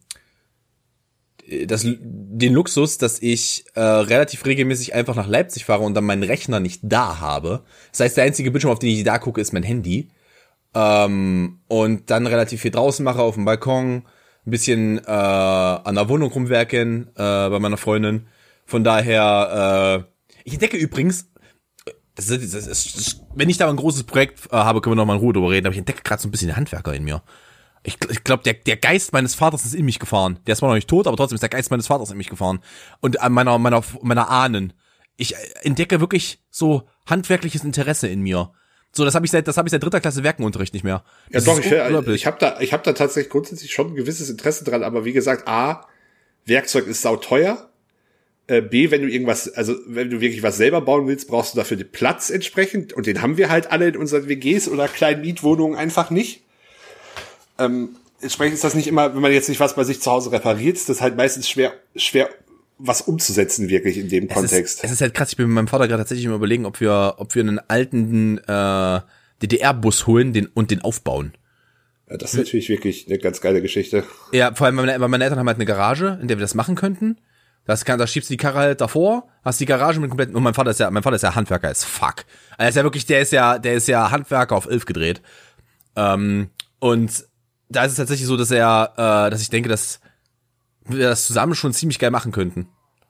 das den Luxus, dass ich äh, relativ regelmäßig einfach nach Leipzig fahre und dann meinen Rechner nicht da habe. Das heißt, der einzige Bildschirm, auf den ich da gucke, ist mein Handy. Ähm, und dann relativ viel draußen mache, auf dem Balkon, ein bisschen äh, an der Wohnung rumwerken äh, bei meiner Freundin. Von daher, äh, ich entdecke übrigens, das ist, das ist, wenn ich da ein großes Projekt äh, habe, können wir noch mal in Ruhe drüber reden, aber ich entdecke gerade so ein bisschen den Handwerker in mir. Ich, ich glaube, der, der Geist meines Vaters ist in mich gefahren. Der ist zwar noch nicht tot, aber trotzdem ist der Geist meines Vaters in mich gefahren. Und an meiner, meiner, meiner Ahnen. Ich entdecke wirklich so handwerkliches Interesse in mir. So, das habe ich seit, das habe ich seit dritter Klasse Werkenunterricht nicht mehr. Das ja, doch, ich, ich habe da, ich habe da tatsächlich grundsätzlich schon ein gewisses Interesse dran, aber wie gesagt, A, Werkzeug ist sauteuer. Äh, B, wenn du irgendwas, also wenn du wirklich was selber bauen willst, brauchst du dafür den Platz entsprechend und den haben wir halt alle in unseren W Gs oder kleinen Mietwohnungen einfach nicht. Ähm, entsprechend ist das nicht immer, wenn man jetzt nicht was bei sich zu Hause repariert, ist das halt meistens schwer, schwer was umzusetzen wirklich in dem es Kontext. Ist, es ist halt krass, ich bin mit meinem Vater gerade tatsächlich im Überlegen, ob wir, ob wir einen alten äh, D D R-Bus holen den, und den aufbauen. Ja, das ist natürlich wirklich eine ganz geile Geschichte. Ja, vor allem, weil meine, weil meine Eltern haben halt eine Garage, in der wir das machen könnten. Das kann, da schiebst du die Karre halt davor, hast die Garage mit kompletten, und mein Vater ist ja, mein Vater ist ja Handwerker, ist fuck. Also er ist ja wirklich, der ist ja, der ist ja Handwerker auf elf gedreht. Ähm, und da ist es tatsächlich so, dass er, äh, dass ich denke, dass wir das zusammen schon ziemlich geil machen könnten.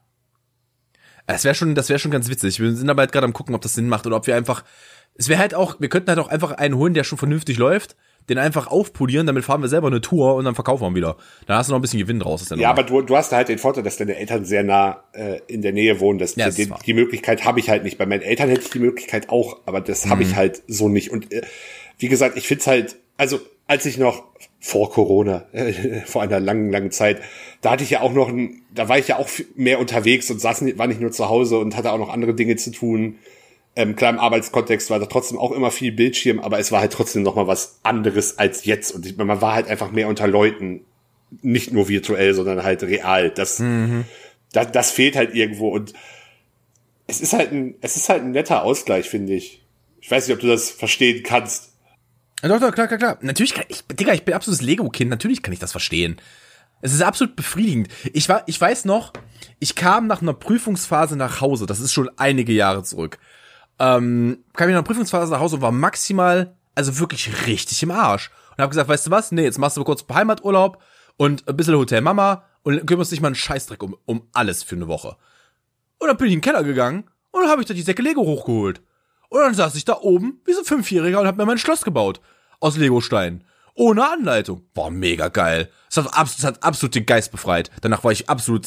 Das wäre schon, das wäre schon ganz witzig. Wir sind aber halt gerade am gucken, ob das Sinn macht oder ob wir einfach, es wäre halt auch, wir könnten halt auch einfach einen holen, der schon vernünftig läuft, den einfach aufpolieren, damit fahren wir selber eine Tour und dann verkaufen wir ihn wieder. Dann hast du noch ein bisschen Gewinn draus. Ist ja, ja aber du, du hast da halt den Vorteil, dass deine Eltern sehr nah äh, in der Nähe wohnen. Das, ja, die, das die Möglichkeit habe ich halt nicht. Bei meinen Eltern hätte ich die Möglichkeit auch, aber das habe mhm. ich halt so nicht. Und äh, wie gesagt, ich find's halt, also als ich noch vor Corona, äh, vor einer langen, langen Zeit, da hatte ich ja auch noch, ein, da war ich ja auch mehr unterwegs und saß, war nicht nur zu Hause und hatte auch noch andere Dinge zu tun. Ähm, klar, im Arbeitskontext war da trotzdem auch immer viel Bildschirm, aber es war halt trotzdem noch mal was anderes als jetzt. Und ich, man war halt einfach mehr unter Leuten, nicht nur virtuell, sondern halt real. Das, mhm. das, das fehlt halt irgendwo. Und es ist halt ein, es ist halt ein netter Ausgleich, finde ich. Ich weiß nicht, ob du das verstehen kannst. Ja, doch, doch, klar, klar, klar. Natürlich kann ich, Digga, ich bin absolutes Lego-Kind. Natürlich kann ich das verstehen. Es ist absolut befriedigend. Ich war, ich weiß noch, ich kam nach einer Prüfungsphase nach Hause. Das ist schon einige Jahre zurück. Ähm, kam ich nach einer Prüfungsphase nach Hause und war maximal, also wirklich richtig im Arsch. Und hab gesagt, weißt du was? Nee, jetzt machst du kurz Heimaturlaub und ein bisschen Hotel Mama und kümmerst dich mal einen Scheißdreck um, um alles für eine Woche. Und dann bin ich in den Keller gegangen und dann habe ich da die Säcke Lego hochgeholt. Und dann saß ich da oben wie so ein Fünfjähriger und hab mir mein Schloss gebaut. Aus Legosteinen. Ohne Anleitung. War mega geil. Es hat, abs- es hat absolut den Geist befreit. Danach war ich absolut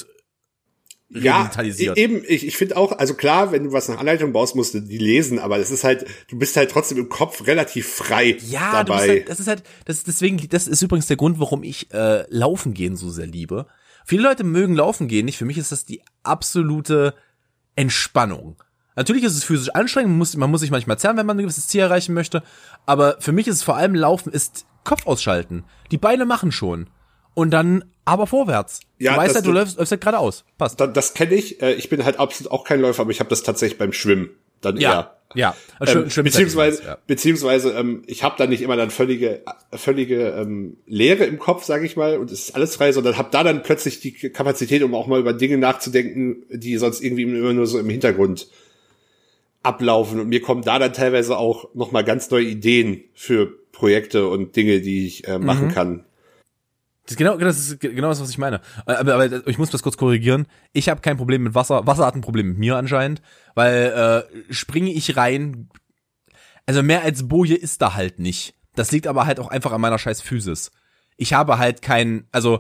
ja, eben, ich, ich finde auch, also klar, wenn du was nach Anleitung baust, musst du die lesen, aber es ist halt, du bist halt trotzdem im Kopf relativ frei ja, dabei. Du bist halt, das ist halt, das ist deswegen, das ist übrigens der Grund, warum ich äh, Laufen gehen so sehr liebe. Viele Leute mögen Laufen gehen nicht, für mich ist das die absolute Entspannung. Natürlich ist es physisch anstrengend, man muss, man muss sich manchmal zerren, wenn man ein gewisses Ziel erreichen möchte, aber für mich ist es vor allem Laufen, ist Kopf ausschalten. Die Beine machen schon. Und dann aber vorwärts. Ja, du weißt das, halt, du läufst, läufst halt geradeaus. Passt. Das, das kenne ich. Ich bin halt absolut auch kein Läufer, aber ich habe das tatsächlich beim Schwimmen dann ja, eher. Ja, ähm, beziehungsweise, ja. beziehungsweise ähm, ich habe da nicht immer dann völlige, völlige ähm, Leere im Kopf, sage ich mal, und es ist alles frei, sondern habe da dann plötzlich die Kapazität, um auch mal über Dinge nachzudenken, die sonst irgendwie immer nur so im Hintergrund ablaufen. Und mir kommen da dann teilweise auch noch mal ganz neue Ideen für Projekte und Dinge, die ich äh, machen mhm. kann. Das ist genau, das ist genau das, was ich meine. Aber, aber ich muss das kurz korrigieren. Ich habe kein Problem mit Wasser. Wasser hat ein Problem mit mir anscheinend, weil äh, springe ich rein, also mehr als Boje ist da halt nicht. Das liegt aber halt auch einfach an meiner scheiß Physis. Ich habe halt kein, also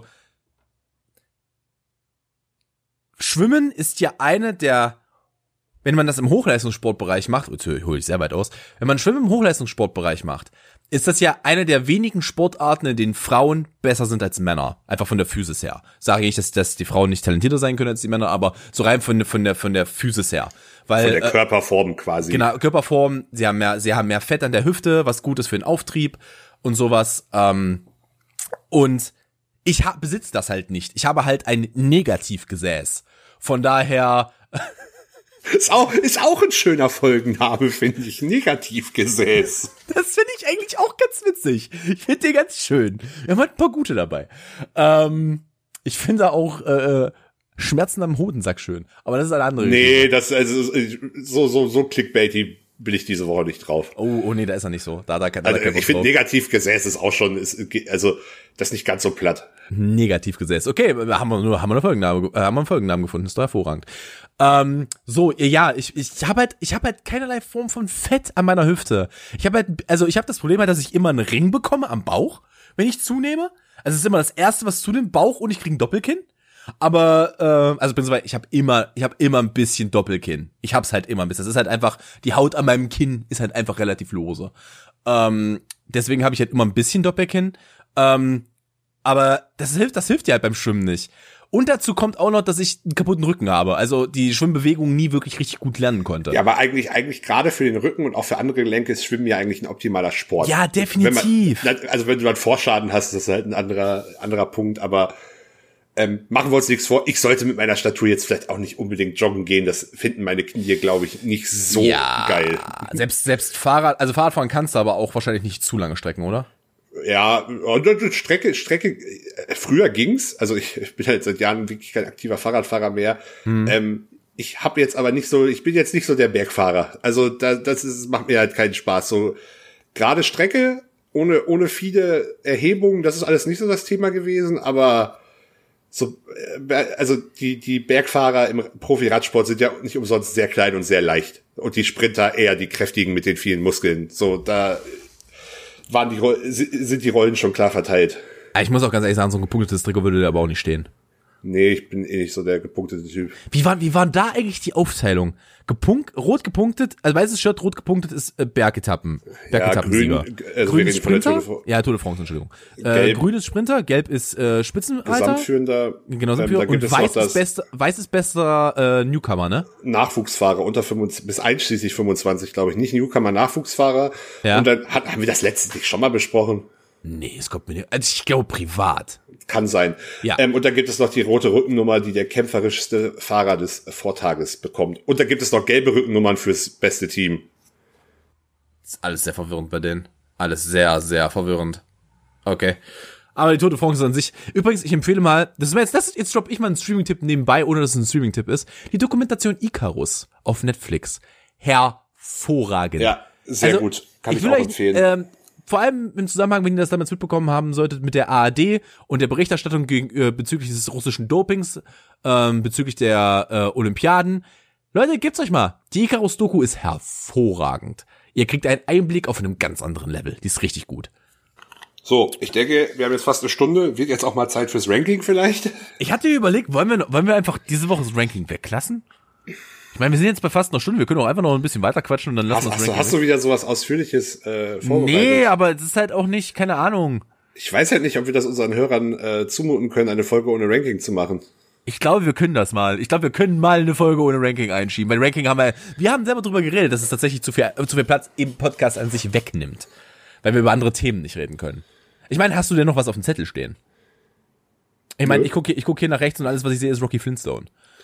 Schwimmen ist ja eine der, wenn man das im Hochleistungssportbereich macht, jetzt hole ich sehr weit aus, wenn man Schwimmen im Hochleistungssportbereich macht, ist das ja eine der wenigen Sportarten, in denen Frauen besser sind als Männer. Einfach von der Physis her. Sage ich, dass, dass die Frauen nicht talentierter sein können als die Männer, aber so rein von, von der, von der Physis her. Weil, von der Körperform äh, quasi. Genau, Körperform. Sie haben mehr, sie haben mehr Fett an der Hüfte, was gut ist für den Auftrieb und sowas. Ähm, und ich hab, besitze das halt nicht. Ich habe halt ein Negativgesäß. Von daher... Ist auch, ist auch ein schöner Folgenname, finde ich. Negativgesäß. Das finde ich eigentlich auch ganz witzig. Ich finde den ganz schön. Wir haben halt ein paar gute dabei. Ähm, ich finde auch äh, Schmerzen am Hodensack schön. Aber das ist eine andere Nee, Geschichte. Das also so so so clickbaity bin ich diese Woche nicht drauf. Oh, oh nee, da ist er nicht so. Da da kann da also, ich finde Negativgesäß ist auch schon ist, also das ist nicht ganz so platt. Negativgesäß. Okay, haben wir nur haben wir einen Folgennamen äh, haben wir einen Folgennamen gefunden. Ist doch hervorragend. Ähm, so, ja, ich ich habe halt ich habe halt keinerlei Form von Fett an meiner Hüfte. Ich habe halt also ich habe das Problem halt, dass ich immer einen Ring bekomme am Bauch, wenn ich zunehme. Also es ist immer das erste, was zunimmt, Bauch, und ich kriege ein Doppelkinn. Aber äh, also beziehungsweise ich habe immer ich habe immer ein bisschen Doppelkinn. Ich hab's halt immer ein bisschen. Das ist halt einfach, die Haut an meinem Kinn ist halt einfach relativ lose. Ähm, deswegen habe ich halt immer ein bisschen Doppelkinn. Ähm, aber das hilft das hilft dir halt beim Schwimmen nicht. Und dazu kommt auch noch, dass ich einen kaputten Rücken habe. Also die Schwimmbewegungen nie wirklich richtig gut lernen konnte. Ja, aber eigentlich eigentlich gerade für den Rücken und auch für andere Gelenke ist Schwimmen ja eigentlich ein optimaler Sport. Ja, definitiv. Wenn man, also wenn du dann Vorschaden hast, ist das halt ein anderer anderer Punkt. Aber ähm, machen wir uns nichts vor. Ich sollte mit meiner Statur jetzt vielleicht auch nicht unbedingt joggen gehen. Das finden meine Knie, glaube ich, nicht so ja, geil. Selbst selbst Fahrrad, also Fahrradfahren kannst du aber auch wahrscheinlich nicht zu lange Strecken, oder? Ja, und Strecke, Strecke, früher ging's, also ich, ich bin halt seit Jahren wirklich kein aktiver Fahrradfahrer mehr. Hm. Ähm, ich habe jetzt aber nicht so, ich bin jetzt nicht so der Bergfahrer. Also da, das ist, macht mir halt keinen Spaß. So gerade Strecke ohne, ohne viele Erhebungen, das ist alles nicht so das Thema gewesen, aber so, also die, die Bergfahrer im Profi-Radsport sind ja nicht umsonst sehr klein und sehr leicht. Und die Sprinter eher die kräftigen mit den vielen Muskeln. So, da waren die, sind die Rollen schon klar verteilt. Ich muss auch ganz ehrlich sagen, so ein gepunktetes Trikot würde da aber auch nicht stehen. Nee, ich bin eh nicht so der gepunktete Typ. Wie war, wie war da eigentlich die Aufteilung? Gepunkt, rot gepunktet, also weißes Shirt, rot gepunktet ist äh, Bergetappen. Bergetappensieger. Ja, grün, also grün ist Sprinter? Tour Ja, Tour de France, Entschuldigung. Äh, grün ist Sprinter, gelb ist äh, Spitzenreiter. Gesamtführender. Genau, ähm, und weiß ist, bester, weiß ist bester äh, Newcomer, ne? Nachwuchsfahrer unter fünfundzwanzig, bis einschließlich fünfundzwanzig, glaube ich. Nicht Newcomer, Nachwuchsfahrer. Ja. Und dann hat, haben wir das letzte nicht schon mal besprochen. Nee, es kommt mir nicht. Also ich glaube privat. Kann sein. Ja. Ähm, und dann gibt es noch die rote Rückennummer, die der kämpferischste Fahrer des Vortages bekommt. Und dann gibt es noch gelbe Rückennummern fürs beste Team. Das ist alles sehr verwirrend bei denen. Alles sehr, sehr verwirrend. Okay. Aber die Tour de France an sich. Übrigens, ich empfehle mal, das ist jetzt, das, jetzt droppe ich mal einen Streaming-Tipp nebenbei, ohne dass es ein Streaming-Tipp ist. Die Dokumentation Icarus auf Netflix. Hervorragend. Ja, sehr also, gut. Kann ich, ich auch empfehlen. Ähm, Vor allem im Zusammenhang, wenn ihr das damals mitbekommen haben solltet, mit der A R D und der Berichterstattung gegen, äh, bezüglich des russischen Dopings, ähm, bezüglich der äh, Olympiaden. Leute, gebt's euch mal. Die Icarus-Doku ist hervorragend. Ihr kriegt einen Einblick auf einem ganz anderen Level. Die ist richtig gut. So, ich denke, wir haben jetzt fast eine Stunde. Wird jetzt auch mal Zeit fürs Ranking vielleicht? Ich hatte überlegt, wollen wir, wollen wir einfach diese Woche das Ranking weglassen? Ich meine, wir sind jetzt bei fast einer Stunde, wir können auch einfach noch ein bisschen weiter quatschen und dann lassen wir das Ranking. Hast du wieder sowas Ausführliches äh, vorbereitet? Nee, aber es ist halt auch nicht, keine Ahnung. Ich weiß halt nicht, ob wir das unseren Hörern äh, zumuten können, eine Folge ohne Ranking zu machen. Ich glaube, wir können das mal. Ich glaube, wir können mal eine Folge ohne Ranking einschieben. Weil Ranking haben wir, wir haben selber drüber geredet, dass es tatsächlich zu viel, zu viel Platz im Podcast an sich wegnimmt. Weil wir über andere Themen nicht reden können. Ich meine, hast du denn noch was auf dem Zettel stehen? Ich meine, ich gucke ich guck hier nach rechts und alles, was ich sehe, ist Rocky Flintstone.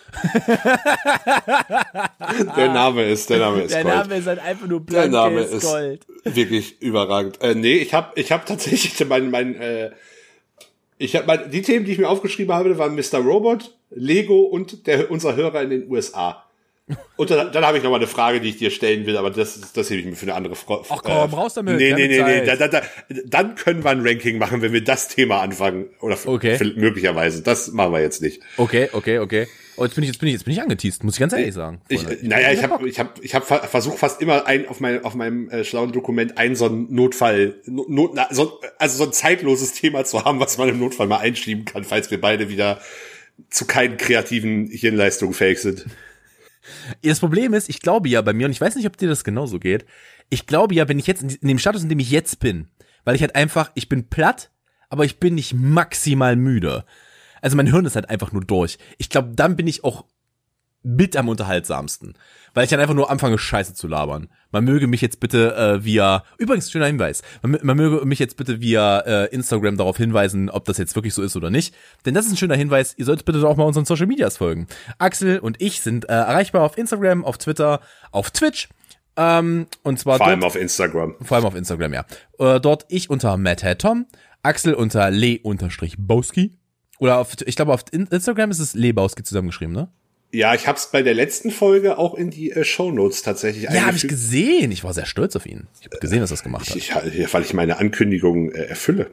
Der Name ist, der Name ist der Gold. Der Name ist halt einfach nur blankes Der Name ist Gold. Wirklich überragend. Äh, nee, ich habe ich hab tatsächlich mein, mein, äh, ich habe mein, die Themen, die ich mir aufgeschrieben habe, waren Mister Robot, Lego und der, unser Hörer in den U S A. Und dann, dann habe ich noch mal eine Frage, die ich dir stellen will, aber das, das hebe ich mir für eine andere Frage. Ach komm, äh, raus damit. Nee, nee, nee, nee. Da, da, da, dann können wir ein Ranking machen, wenn wir das Thema anfangen. Oder okay. möglicherweise. Das machen wir jetzt nicht. Okay, okay, okay. Oh, jetzt bin ich, jetzt bin ich, jetzt bin ich angeteased, muss ich ganz ehrlich sagen. Ich, ich, naja, ich habe, ich habe, ich habe versucht fast immer ein auf meinem, auf meinem äh, schlauen Dokument ein so ein Notfall, Not, na, so, also so ein zeitloses Thema zu haben, was man im Notfall mal einschieben kann, falls wir beide wieder zu keinen kreativen Hirnleistungen fähig sind. Das Problem ist, ich glaube ja bei mir, und ich weiß nicht, ob dir das genauso geht, ich glaube ja, wenn ich jetzt in dem Status, in dem ich jetzt bin, weil ich halt einfach, ich bin platt, aber ich bin nicht maximal müde. Also mein Hirn ist halt einfach nur durch. Ich glaube, dann bin ich auch mit am unterhaltsamsten, weil ich dann einfach nur anfange, Scheiße zu labern. Man möge mich jetzt bitte äh, via, übrigens, schöner Hinweis, man, man möge mich jetzt bitte via äh, Instagram darauf hinweisen, ob das jetzt wirklich so ist oder nicht. Denn das ist ein schöner Hinweis, ihr solltet bitte auch mal unseren Social Medias folgen. Axel und ich sind äh, erreichbar auf Instagram, auf Twitter, auf Twitch. Ähm, und zwar vor dort, allem auf Instagram. Vor allem auf Instagram, ja. Äh, dort ich unter MadHeadTom, Axel unter Le-Bowski. Oder auf, ich glaube, auf Instagram ist es Le-Bowski zusammengeschrieben, ne? Ja, ich hab's bei der letzten Folge auch in die äh, Shownotes tatsächlich eingefügt. Ja, habe ich gesehen. Ich war sehr stolz auf ihn. Ich habe gesehen, dass er das gemacht hat. Ich, ich, weil ich meine Ankündigung äh, erfülle.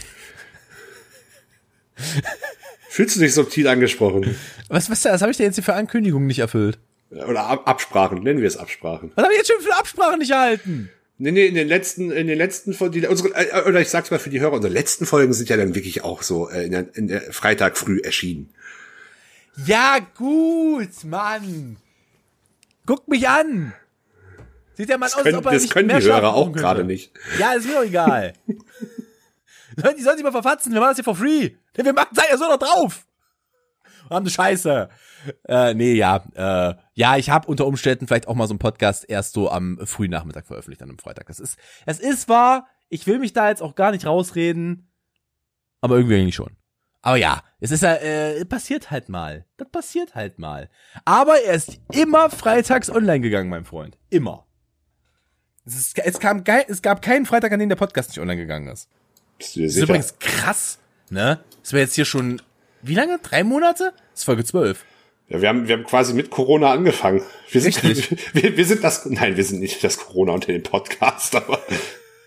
Fühlst du dich subtil angesprochen? Was, was, was habe ich denn jetzt hier für Ankündigungen nicht erfüllt? Oder Ab- Absprachen, nennen wir es Absprachen. Was habe ich jetzt schon für Absprachen nicht erhalten? Nee, nee, in den letzten, in den letzten Folgen, die, unsere, äh, oder ich sag's mal für die Hörer, unsere letzten Folgen sind ja dann wirklich auch so äh, in, der, in der Freitag früh erschienen. Ja, gut, Mann. Guckt mich an. Sieht der Mann das aus, können, als ob er das nicht können mehr die Hörer auch könnte. gerade nicht. Ja, ist mir doch egal. Die sollen sich mal verfatzen, wir machen das hier for free. Denn wir machen, seid ja so noch drauf. Und haben eine Scheiße. Äh, nee, ja, äh, ja, ich habe unter Umständen vielleicht auch mal so einen Podcast erst so am frühen Nachmittag veröffentlicht, dann am Freitag. Das ist, es ist wahr, ich will mich da jetzt auch gar nicht rausreden, aber irgendwie eigentlich schon. Aber ja, es ist ja, äh, passiert halt mal. Das passiert halt mal. Aber er ist immer freitags online gegangen, mein Freund. Immer. Es, ist, es, kam geil, es gab keinen Freitag, an dem der Podcast nicht online gegangen ist. Bist du dir das sicher? ist übrigens krass, ne? Das wäre jetzt hier schon, wie lange? Drei Monate? Das ist Folge zwölf. Ja, wir haben, wir haben quasi mit Corona angefangen. Wir sind, Richtig. wir, wir sind das, nein, wir sind nicht das Corona unter dem Podcast, aber.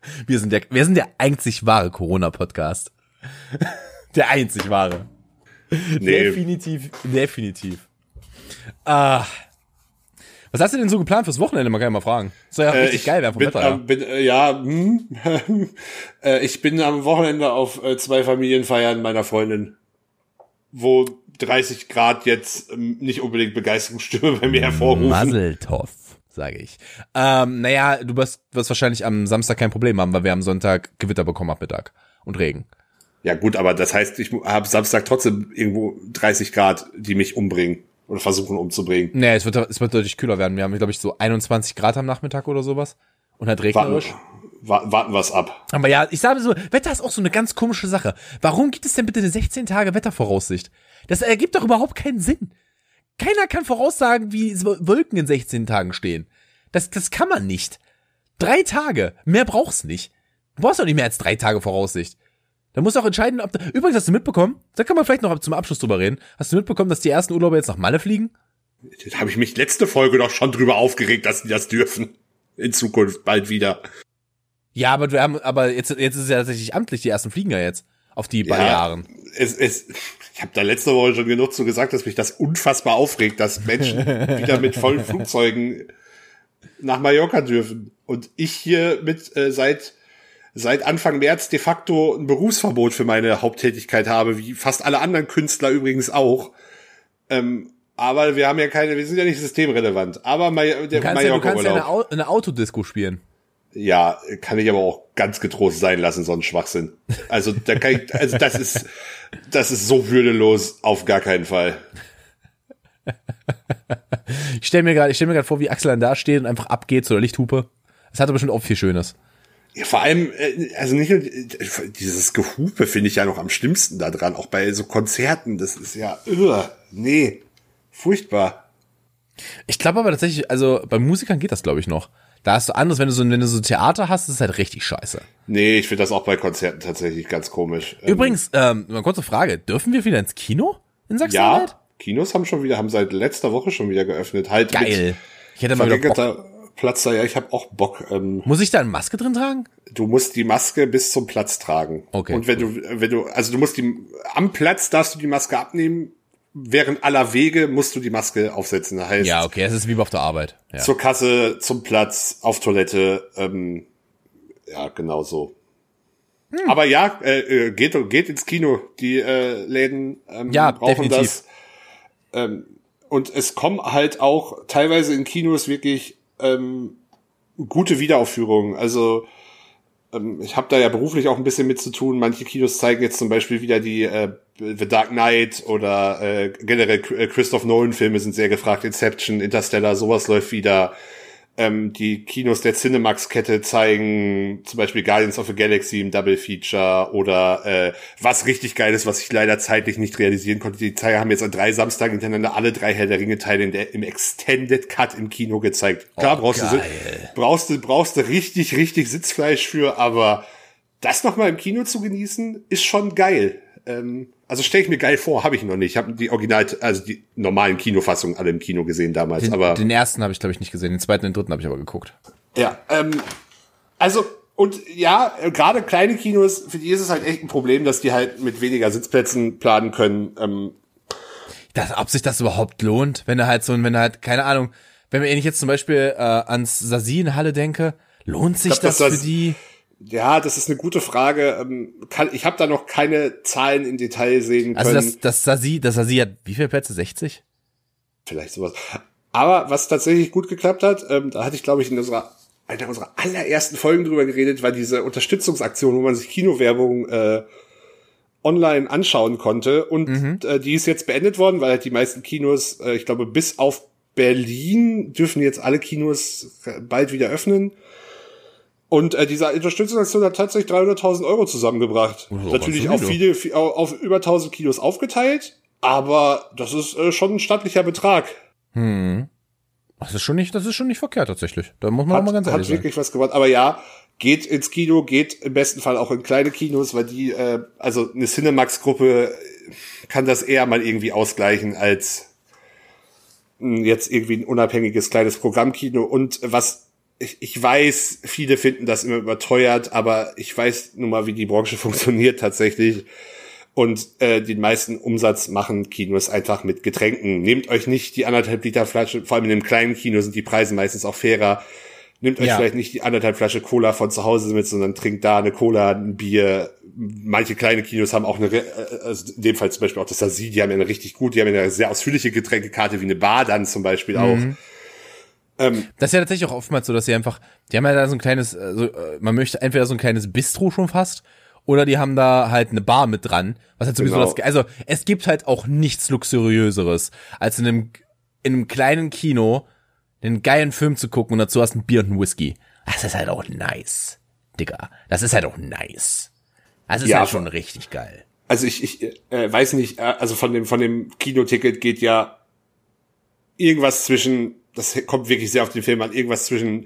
Wir sind der, wir sind der einzig wahre Corona-Podcast. Der einzig wahre. Nee. Definitiv, definitiv. Ah. Was hast du denn so geplant fürs Wochenende? Man kann ja mal fragen. Das soll ja äh, richtig geil werden vom bin, Wetter. Äh, bin, äh, ja, hm, äh, ich bin am Wochenende auf äh, zwei Familienfeiern meiner Freundin, wo dreißig Grad jetzt ähm, nicht unbedingt Begeisterungsstimme bei mir hervorrufen. Maseltoff, sage ich. Ähm, naja, du wirst, wirst wahrscheinlich am Samstag kein Problem haben, weil wir am Sonntag Gewitter bekommen ab Mittag und Regen. Ja gut, aber das heißt, ich habe Samstag trotzdem irgendwo dreißig Grad, die mich umbringen oder versuchen umzubringen. Nee, es wird, es wird deutlich kühler werden. Wir haben, glaube ich, so einundzwanzig Grad am Nachmittag oder sowas. Und halt regnerisch. Warten, warten wir es ab. Aber ja, ich sage so, Wetter ist auch so eine ganz komische Sache. Warum gibt es denn bitte eine sechzehn Tage Wettervoraussicht? Das ergibt doch überhaupt keinen Sinn. Keiner kann voraussagen, wie Wolken in sechzehn Tagen stehen. Das, das kann man nicht. Drei Tage, mehr brauchst nicht. Du brauchst doch nicht mehr als drei Tage Voraussicht. Da musst du auch entscheiden, ob... Da, übrigens, hast du mitbekommen, da kann man vielleicht noch zum Abschluss drüber reden, hast du mitbekommen, dass die ersten Urlauber jetzt nach Malle fliegen? Da habe ich mich letzte Folge doch schon drüber aufgeregt, dass die das dürfen. In Zukunft bald wieder. Ja, aber wir haben, aber jetzt, jetzt ist es ja tatsächlich amtlich, die ersten fliegen ja jetzt auf die Balearen. Ja, es, es, ich habe da letzte Woche schon genug zu gesagt, dass mich das unfassbar aufregt, dass Menschen wieder mit vollen Flugzeugen nach Mallorca dürfen. Und ich hier mit äh, seit seit Anfang März de facto ein Berufsverbot für meine Haupttätigkeit habe, wie fast alle anderen Künstler übrigens auch. Ähm, aber wir haben ja keine, wir sind ja nicht systemrelevant. Aber May- der du kannst ja, du kannst ja eine, Urlaub. Au- eine Autodisco spielen. Ja, kann ich aber auch ganz getrost sein lassen, so ein Schwachsinn. Also, da kann ich, also das ist, das ist so würdelos, auf gar keinen Fall. Ich stelle mir gerade, ich stell mir gerade vor, wie Axel dann da steht und einfach abgeht zu der Lichthupe. Das hat aber bestimmt auch viel Schönes. Ja, vor allem, also nicht nur, dieses Gehupe finde ich ja noch am schlimmsten da dran, auch bei so Konzerten, das ist ja, uh, nee, furchtbar. Ich glaube aber tatsächlich, also bei Musikern geht das, glaube ich, noch. Da hast du anders, wenn du so, wenn du so Theater hast, ist es halt richtig scheiße. Nee, ich finde das auch bei Konzerten tatsächlich ganz komisch. Übrigens, ähm, eine kurze Frage, dürfen wir wieder ins Kino in Sachsen-Anhalt? Ja, Kinos haben schon wieder, haben seit letzter Woche schon wieder geöffnet. Halt geil. Ich hätte mal wieder Bock. Platz da, ja, ich habe auch Bock. Ähm, Muss ich da eine Maske drin tragen? Du musst die Maske bis zum Platz tragen. Okay. Und wenn cool. du, wenn du, also du musst die, am Platz darfst du die Maske abnehmen, während aller Wege musst du die Maske aufsetzen. Das heißt, ja, okay, es ist wie auf der Arbeit. Ja. Zur Kasse, zum Platz, auf Toilette, ähm, ja, genau so. Hm. Aber ja, äh, geht, geht ins Kino. Die äh, Läden ähm, ja, brauchen definitiv. das. Ähm, und es kommen halt auch teilweise in Kinos wirklich ähm, gute Wiederaufführungen. Also ähm, ich habe da ja beruflich auch ein bisschen mit zu tun. Manche Kinos zeigen jetzt zum Beispiel wieder die äh, The Dark Knight oder äh, generell Christopher Nolan Filme sind sehr gefragt. Inception, Interstellar, sowas läuft wieder. Ähm, die Kinos der Cinemax-Kette zeigen zum Beispiel Guardians of the Galaxy im Double Feature oder äh, was richtig geil ist, was ich leider zeitlich nicht realisieren konnte. Die Zeiger haben jetzt an drei Samstagen hintereinander alle drei Herr der Ringe-Teile in der, im Extended Cut im Kino gezeigt. Klar, oh, brauchst, du, brauchst du brauchst du richtig, richtig Sitzfleisch für, aber das nochmal im Kino zu genießen, ist schon geil. Ähm, also stelle ich mir geil vor, habe ich noch nicht. Ich habe die Original, also die normalen Kinofassungen alle im Kino gesehen damals. Den, aber den ersten habe ich, glaube ich, nicht gesehen. Den zweiten und den dritten habe ich aber geguckt. Ja, ähm, also, und ja, äh, gerade kleine Kinos, für die ist es halt echt ein Problem, dass die halt mit weniger Sitzplätzen planen können. Ähm, das, ob sich das überhaupt lohnt, wenn er halt so, wenn er halt, keine Ahnung, wenn ich jetzt zum Beispiel äh, ans Sasi in Halle denke, lohnt sich glaub, das, das für die? Ja, das ist eine gute Frage. Ähm, kann, ich habe da noch keine Zahlen im Detail sehen können. Also das, das Sasi, das Sasi hat wie viele Plätze? sechzig? Vielleicht sowas. Aber was tatsächlich gut geklappt hat, ähm, da hatte ich, glaube ich, in unserer einer unserer allerersten Folgen drüber geredet, war diese Unterstützungsaktion, wo man sich Kinowerbung äh, online anschauen konnte. Und mhm. äh, die ist jetzt beendet worden, weil halt die meisten Kinos, äh, ich glaube, bis auf Berlin dürfen jetzt alle Kinos bald wieder öffnen. Und äh, diese Unterstützungsaktion hat tatsächlich dreihunderttausend Euro zusammengebracht. Oh, natürlich auf viele, viel, auf über tausend Kilos aufgeteilt, aber das ist äh, schon ein stattlicher Betrag. Hm. Das ist schon nicht, das ist schon nicht verkehrt tatsächlich. Da muss man hat, auch mal ganz ehrlich sein. Hat wirklich was gebracht. Aber ja, geht ins Kino, geht im besten Fall auch in kleine Kinos, weil die, äh, also eine Cinemax-Gruppe kann das eher mal irgendwie ausgleichen als mh, jetzt irgendwie ein unabhängiges kleines Programmkino. Und was ich, ich weiß, viele finden das immer überteuert, aber ich weiß nun mal, wie die Branche funktioniert tatsächlich. Und äh, den meisten Umsatz machen Kinos einfach mit Getränken. Nehmt euch nicht die anderthalb Liter Flasche, vor allem in einem kleinen Kino sind die Preise meistens auch fairer. Nehmt euch Ja. vielleicht nicht die anderthalb Flasche Cola von zu Hause mit, sondern trinkt da eine Cola, ein Bier. Manche kleine Kinos haben auch eine, also in dem Fall zum Beispiel auch das Sasi, die haben ja eine richtig gut, die haben ja eine sehr ausführliche Getränkekarte, wie eine Bar dann zum Beispiel auch. Mhm. Ähm, Das ist ja tatsächlich auch oftmals so, dass sie einfach, die haben ja da so ein kleines, also, man möchte entweder so ein kleines Bistro schon fast, oder die haben da halt eine Bar mit dran, was halt sowieso Genau. das, also es gibt halt auch nichts Luxuriöseres, als in einem, in einem kleinen Kino einen geilen Film zu gucken und dazu hast du ein Bier und ein Whisky. Das ist halt auch nice, Digga. Das ist halt auch nice. Das ist Ja, halt schon richtig geil. Also ich, ich äh, weiß nicht, äh, also von dem von dem Kinoticket geht ja irgendwas zwischen, das kommt wirklich sehr auf den Film an, irgendwas zwischen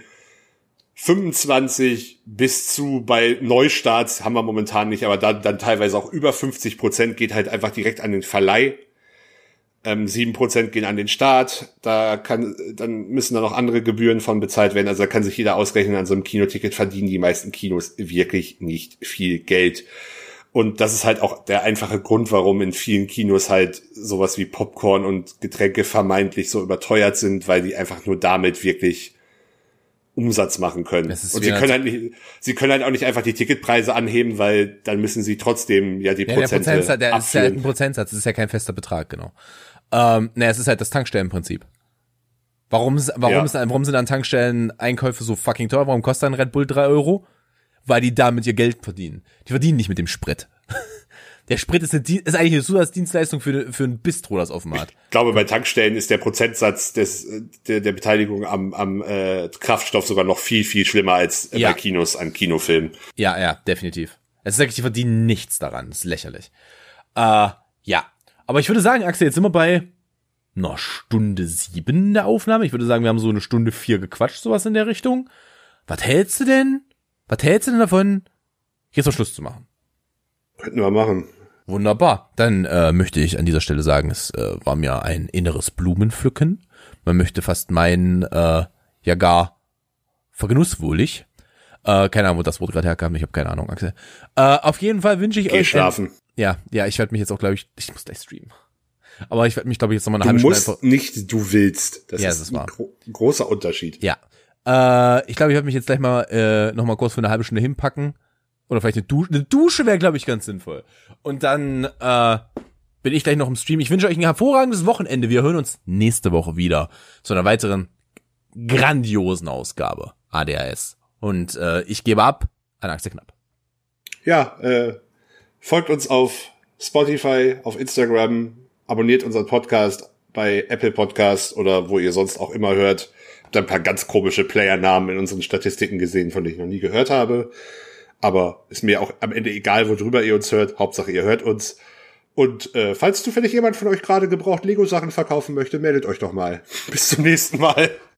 fünfundzwanzig bis zu, bei Neustarts haben wir momentan nicht, aber dann, dann teilweise auch über fünfzig Prozent geht halt einfach direkt an den Verleih. Ähm, sieben Prozent gehen an den Start. Da kann, dann müssen da noch andere Gebühren von bezahlt werden. Also da kann sich jeder ausrechnen, an so einem Kinoticket verdienen die meisten Kinos wirklich nicht viel Geld. Und das ist halt auch der einfache Grund, warum in vielen Kinos halt sowas wie Popcorn und Getränke vermeintlich so überteuert sind, weil die einfach nur damit wirklich Umsatz machen können. Das ist Und sie wie können halt nicht, sie können halt auch nicht einfach die Ticketpreise anheben, weil dann müssen sie trotzdem ja die Ja, der Prozente Prozentsatz, der ist ja halt ein abführen. Prozentsatz, das ist ja kein fester Betrag, genau. Ähm, ne, es ist halt das Tankstellenprinzip. Warum, ist- warum, Ja. ist, warum sind an Tankstellen Einkäufe so fucking teuer? Warum kostet ein Red Bull drei Euro? Weil die damit ihr Geld verdienen. Die verdienen nicht mit dem Sprit. Der Sprit ist, eine, Dien- ist eigentlich eine Zusatzdienstleistung für, für ein Bistro, das offen hat. Ich glaube, bei Tankstellen ist der Prozentsatz des, der, der Beteiligung am, am äh, Kraftstoff sogar noch viel, viel schlimmer als äh, Ja. bei Kinos an Kinofilmen. Ja, ja, definitiv. Es ist wirklich, die verdienen nichts daran. Das ist lächerlich. Äh, ja. Aber ich würde sagen, Axel, jetzt sind wir bei einer Stunde sieben der Aufnahme. Ich würde sagen, wir haben so eine Stunde vier gequatscht, sowas in der Richtung. Was hältst du denn? Was hältst du denn davon, jetzt noch Schluss zu machen? Könnten wir machen. Wunderbar. Dann äh, möchte ich an dieser Stelle sagen, es äh, war mir ein inneres Blumenpflücken. Man möchte fast meinen, äh, ja gar vergenusswohlig. Äh, keine Ahnung, wo das Wort gerade herkam. Ich habe keine Ahnung, Axel. Äh, auf jeden Fall wünsche ich Geh euch... schlafen. Ein, ja, ja, ich werde mich jetzt auch, glaube ich... Ich muss gleich streamen. Aber ich werde mich, glaube ich, jetzt nochmal eine Du halbe Stunde musst einfach... nicht, du willst. Das Ja, ist das ist ein wahr. gro großer Unterschied. Ja. Äh, ich glaube, ich werde mich jetzt gleich mal äh, noch mal kurz für eine halbe Stunde hinpacken. Oder vielleicht eine Dusche. Eine Dusche wäre, glaube ich, ganz sinnvoll. Und dann äh, bin ich gleich noch im Stream. Ich wünsche euch ein hervorragendes Wochenende. Wir hören uns nächste Woche wieder zu einer weiteren grandiosen Ausgabe A D H S. Und äh, ich gebe ab an Axel Knapp. Ja, äh, folgt uns auf Spotify, auf Instagram, abonniert unseren Podcast bei Apple Podcast oder wo ihr sonst auch immer hört. Habt ein paar ganz komische Playernamen in unseren Statistiken gesehen, von denen ich noch nie gehört habe. Aber ist mir auch am Ende egal, worüber ihr uns hört. Hauptsache, ihr hört uns. Und äh, falls zufällig jemand von euch gerade gebraucht Lego-Sachen verkaufen möchte, meldet euch doch mal. Bis zum nächsten Mal.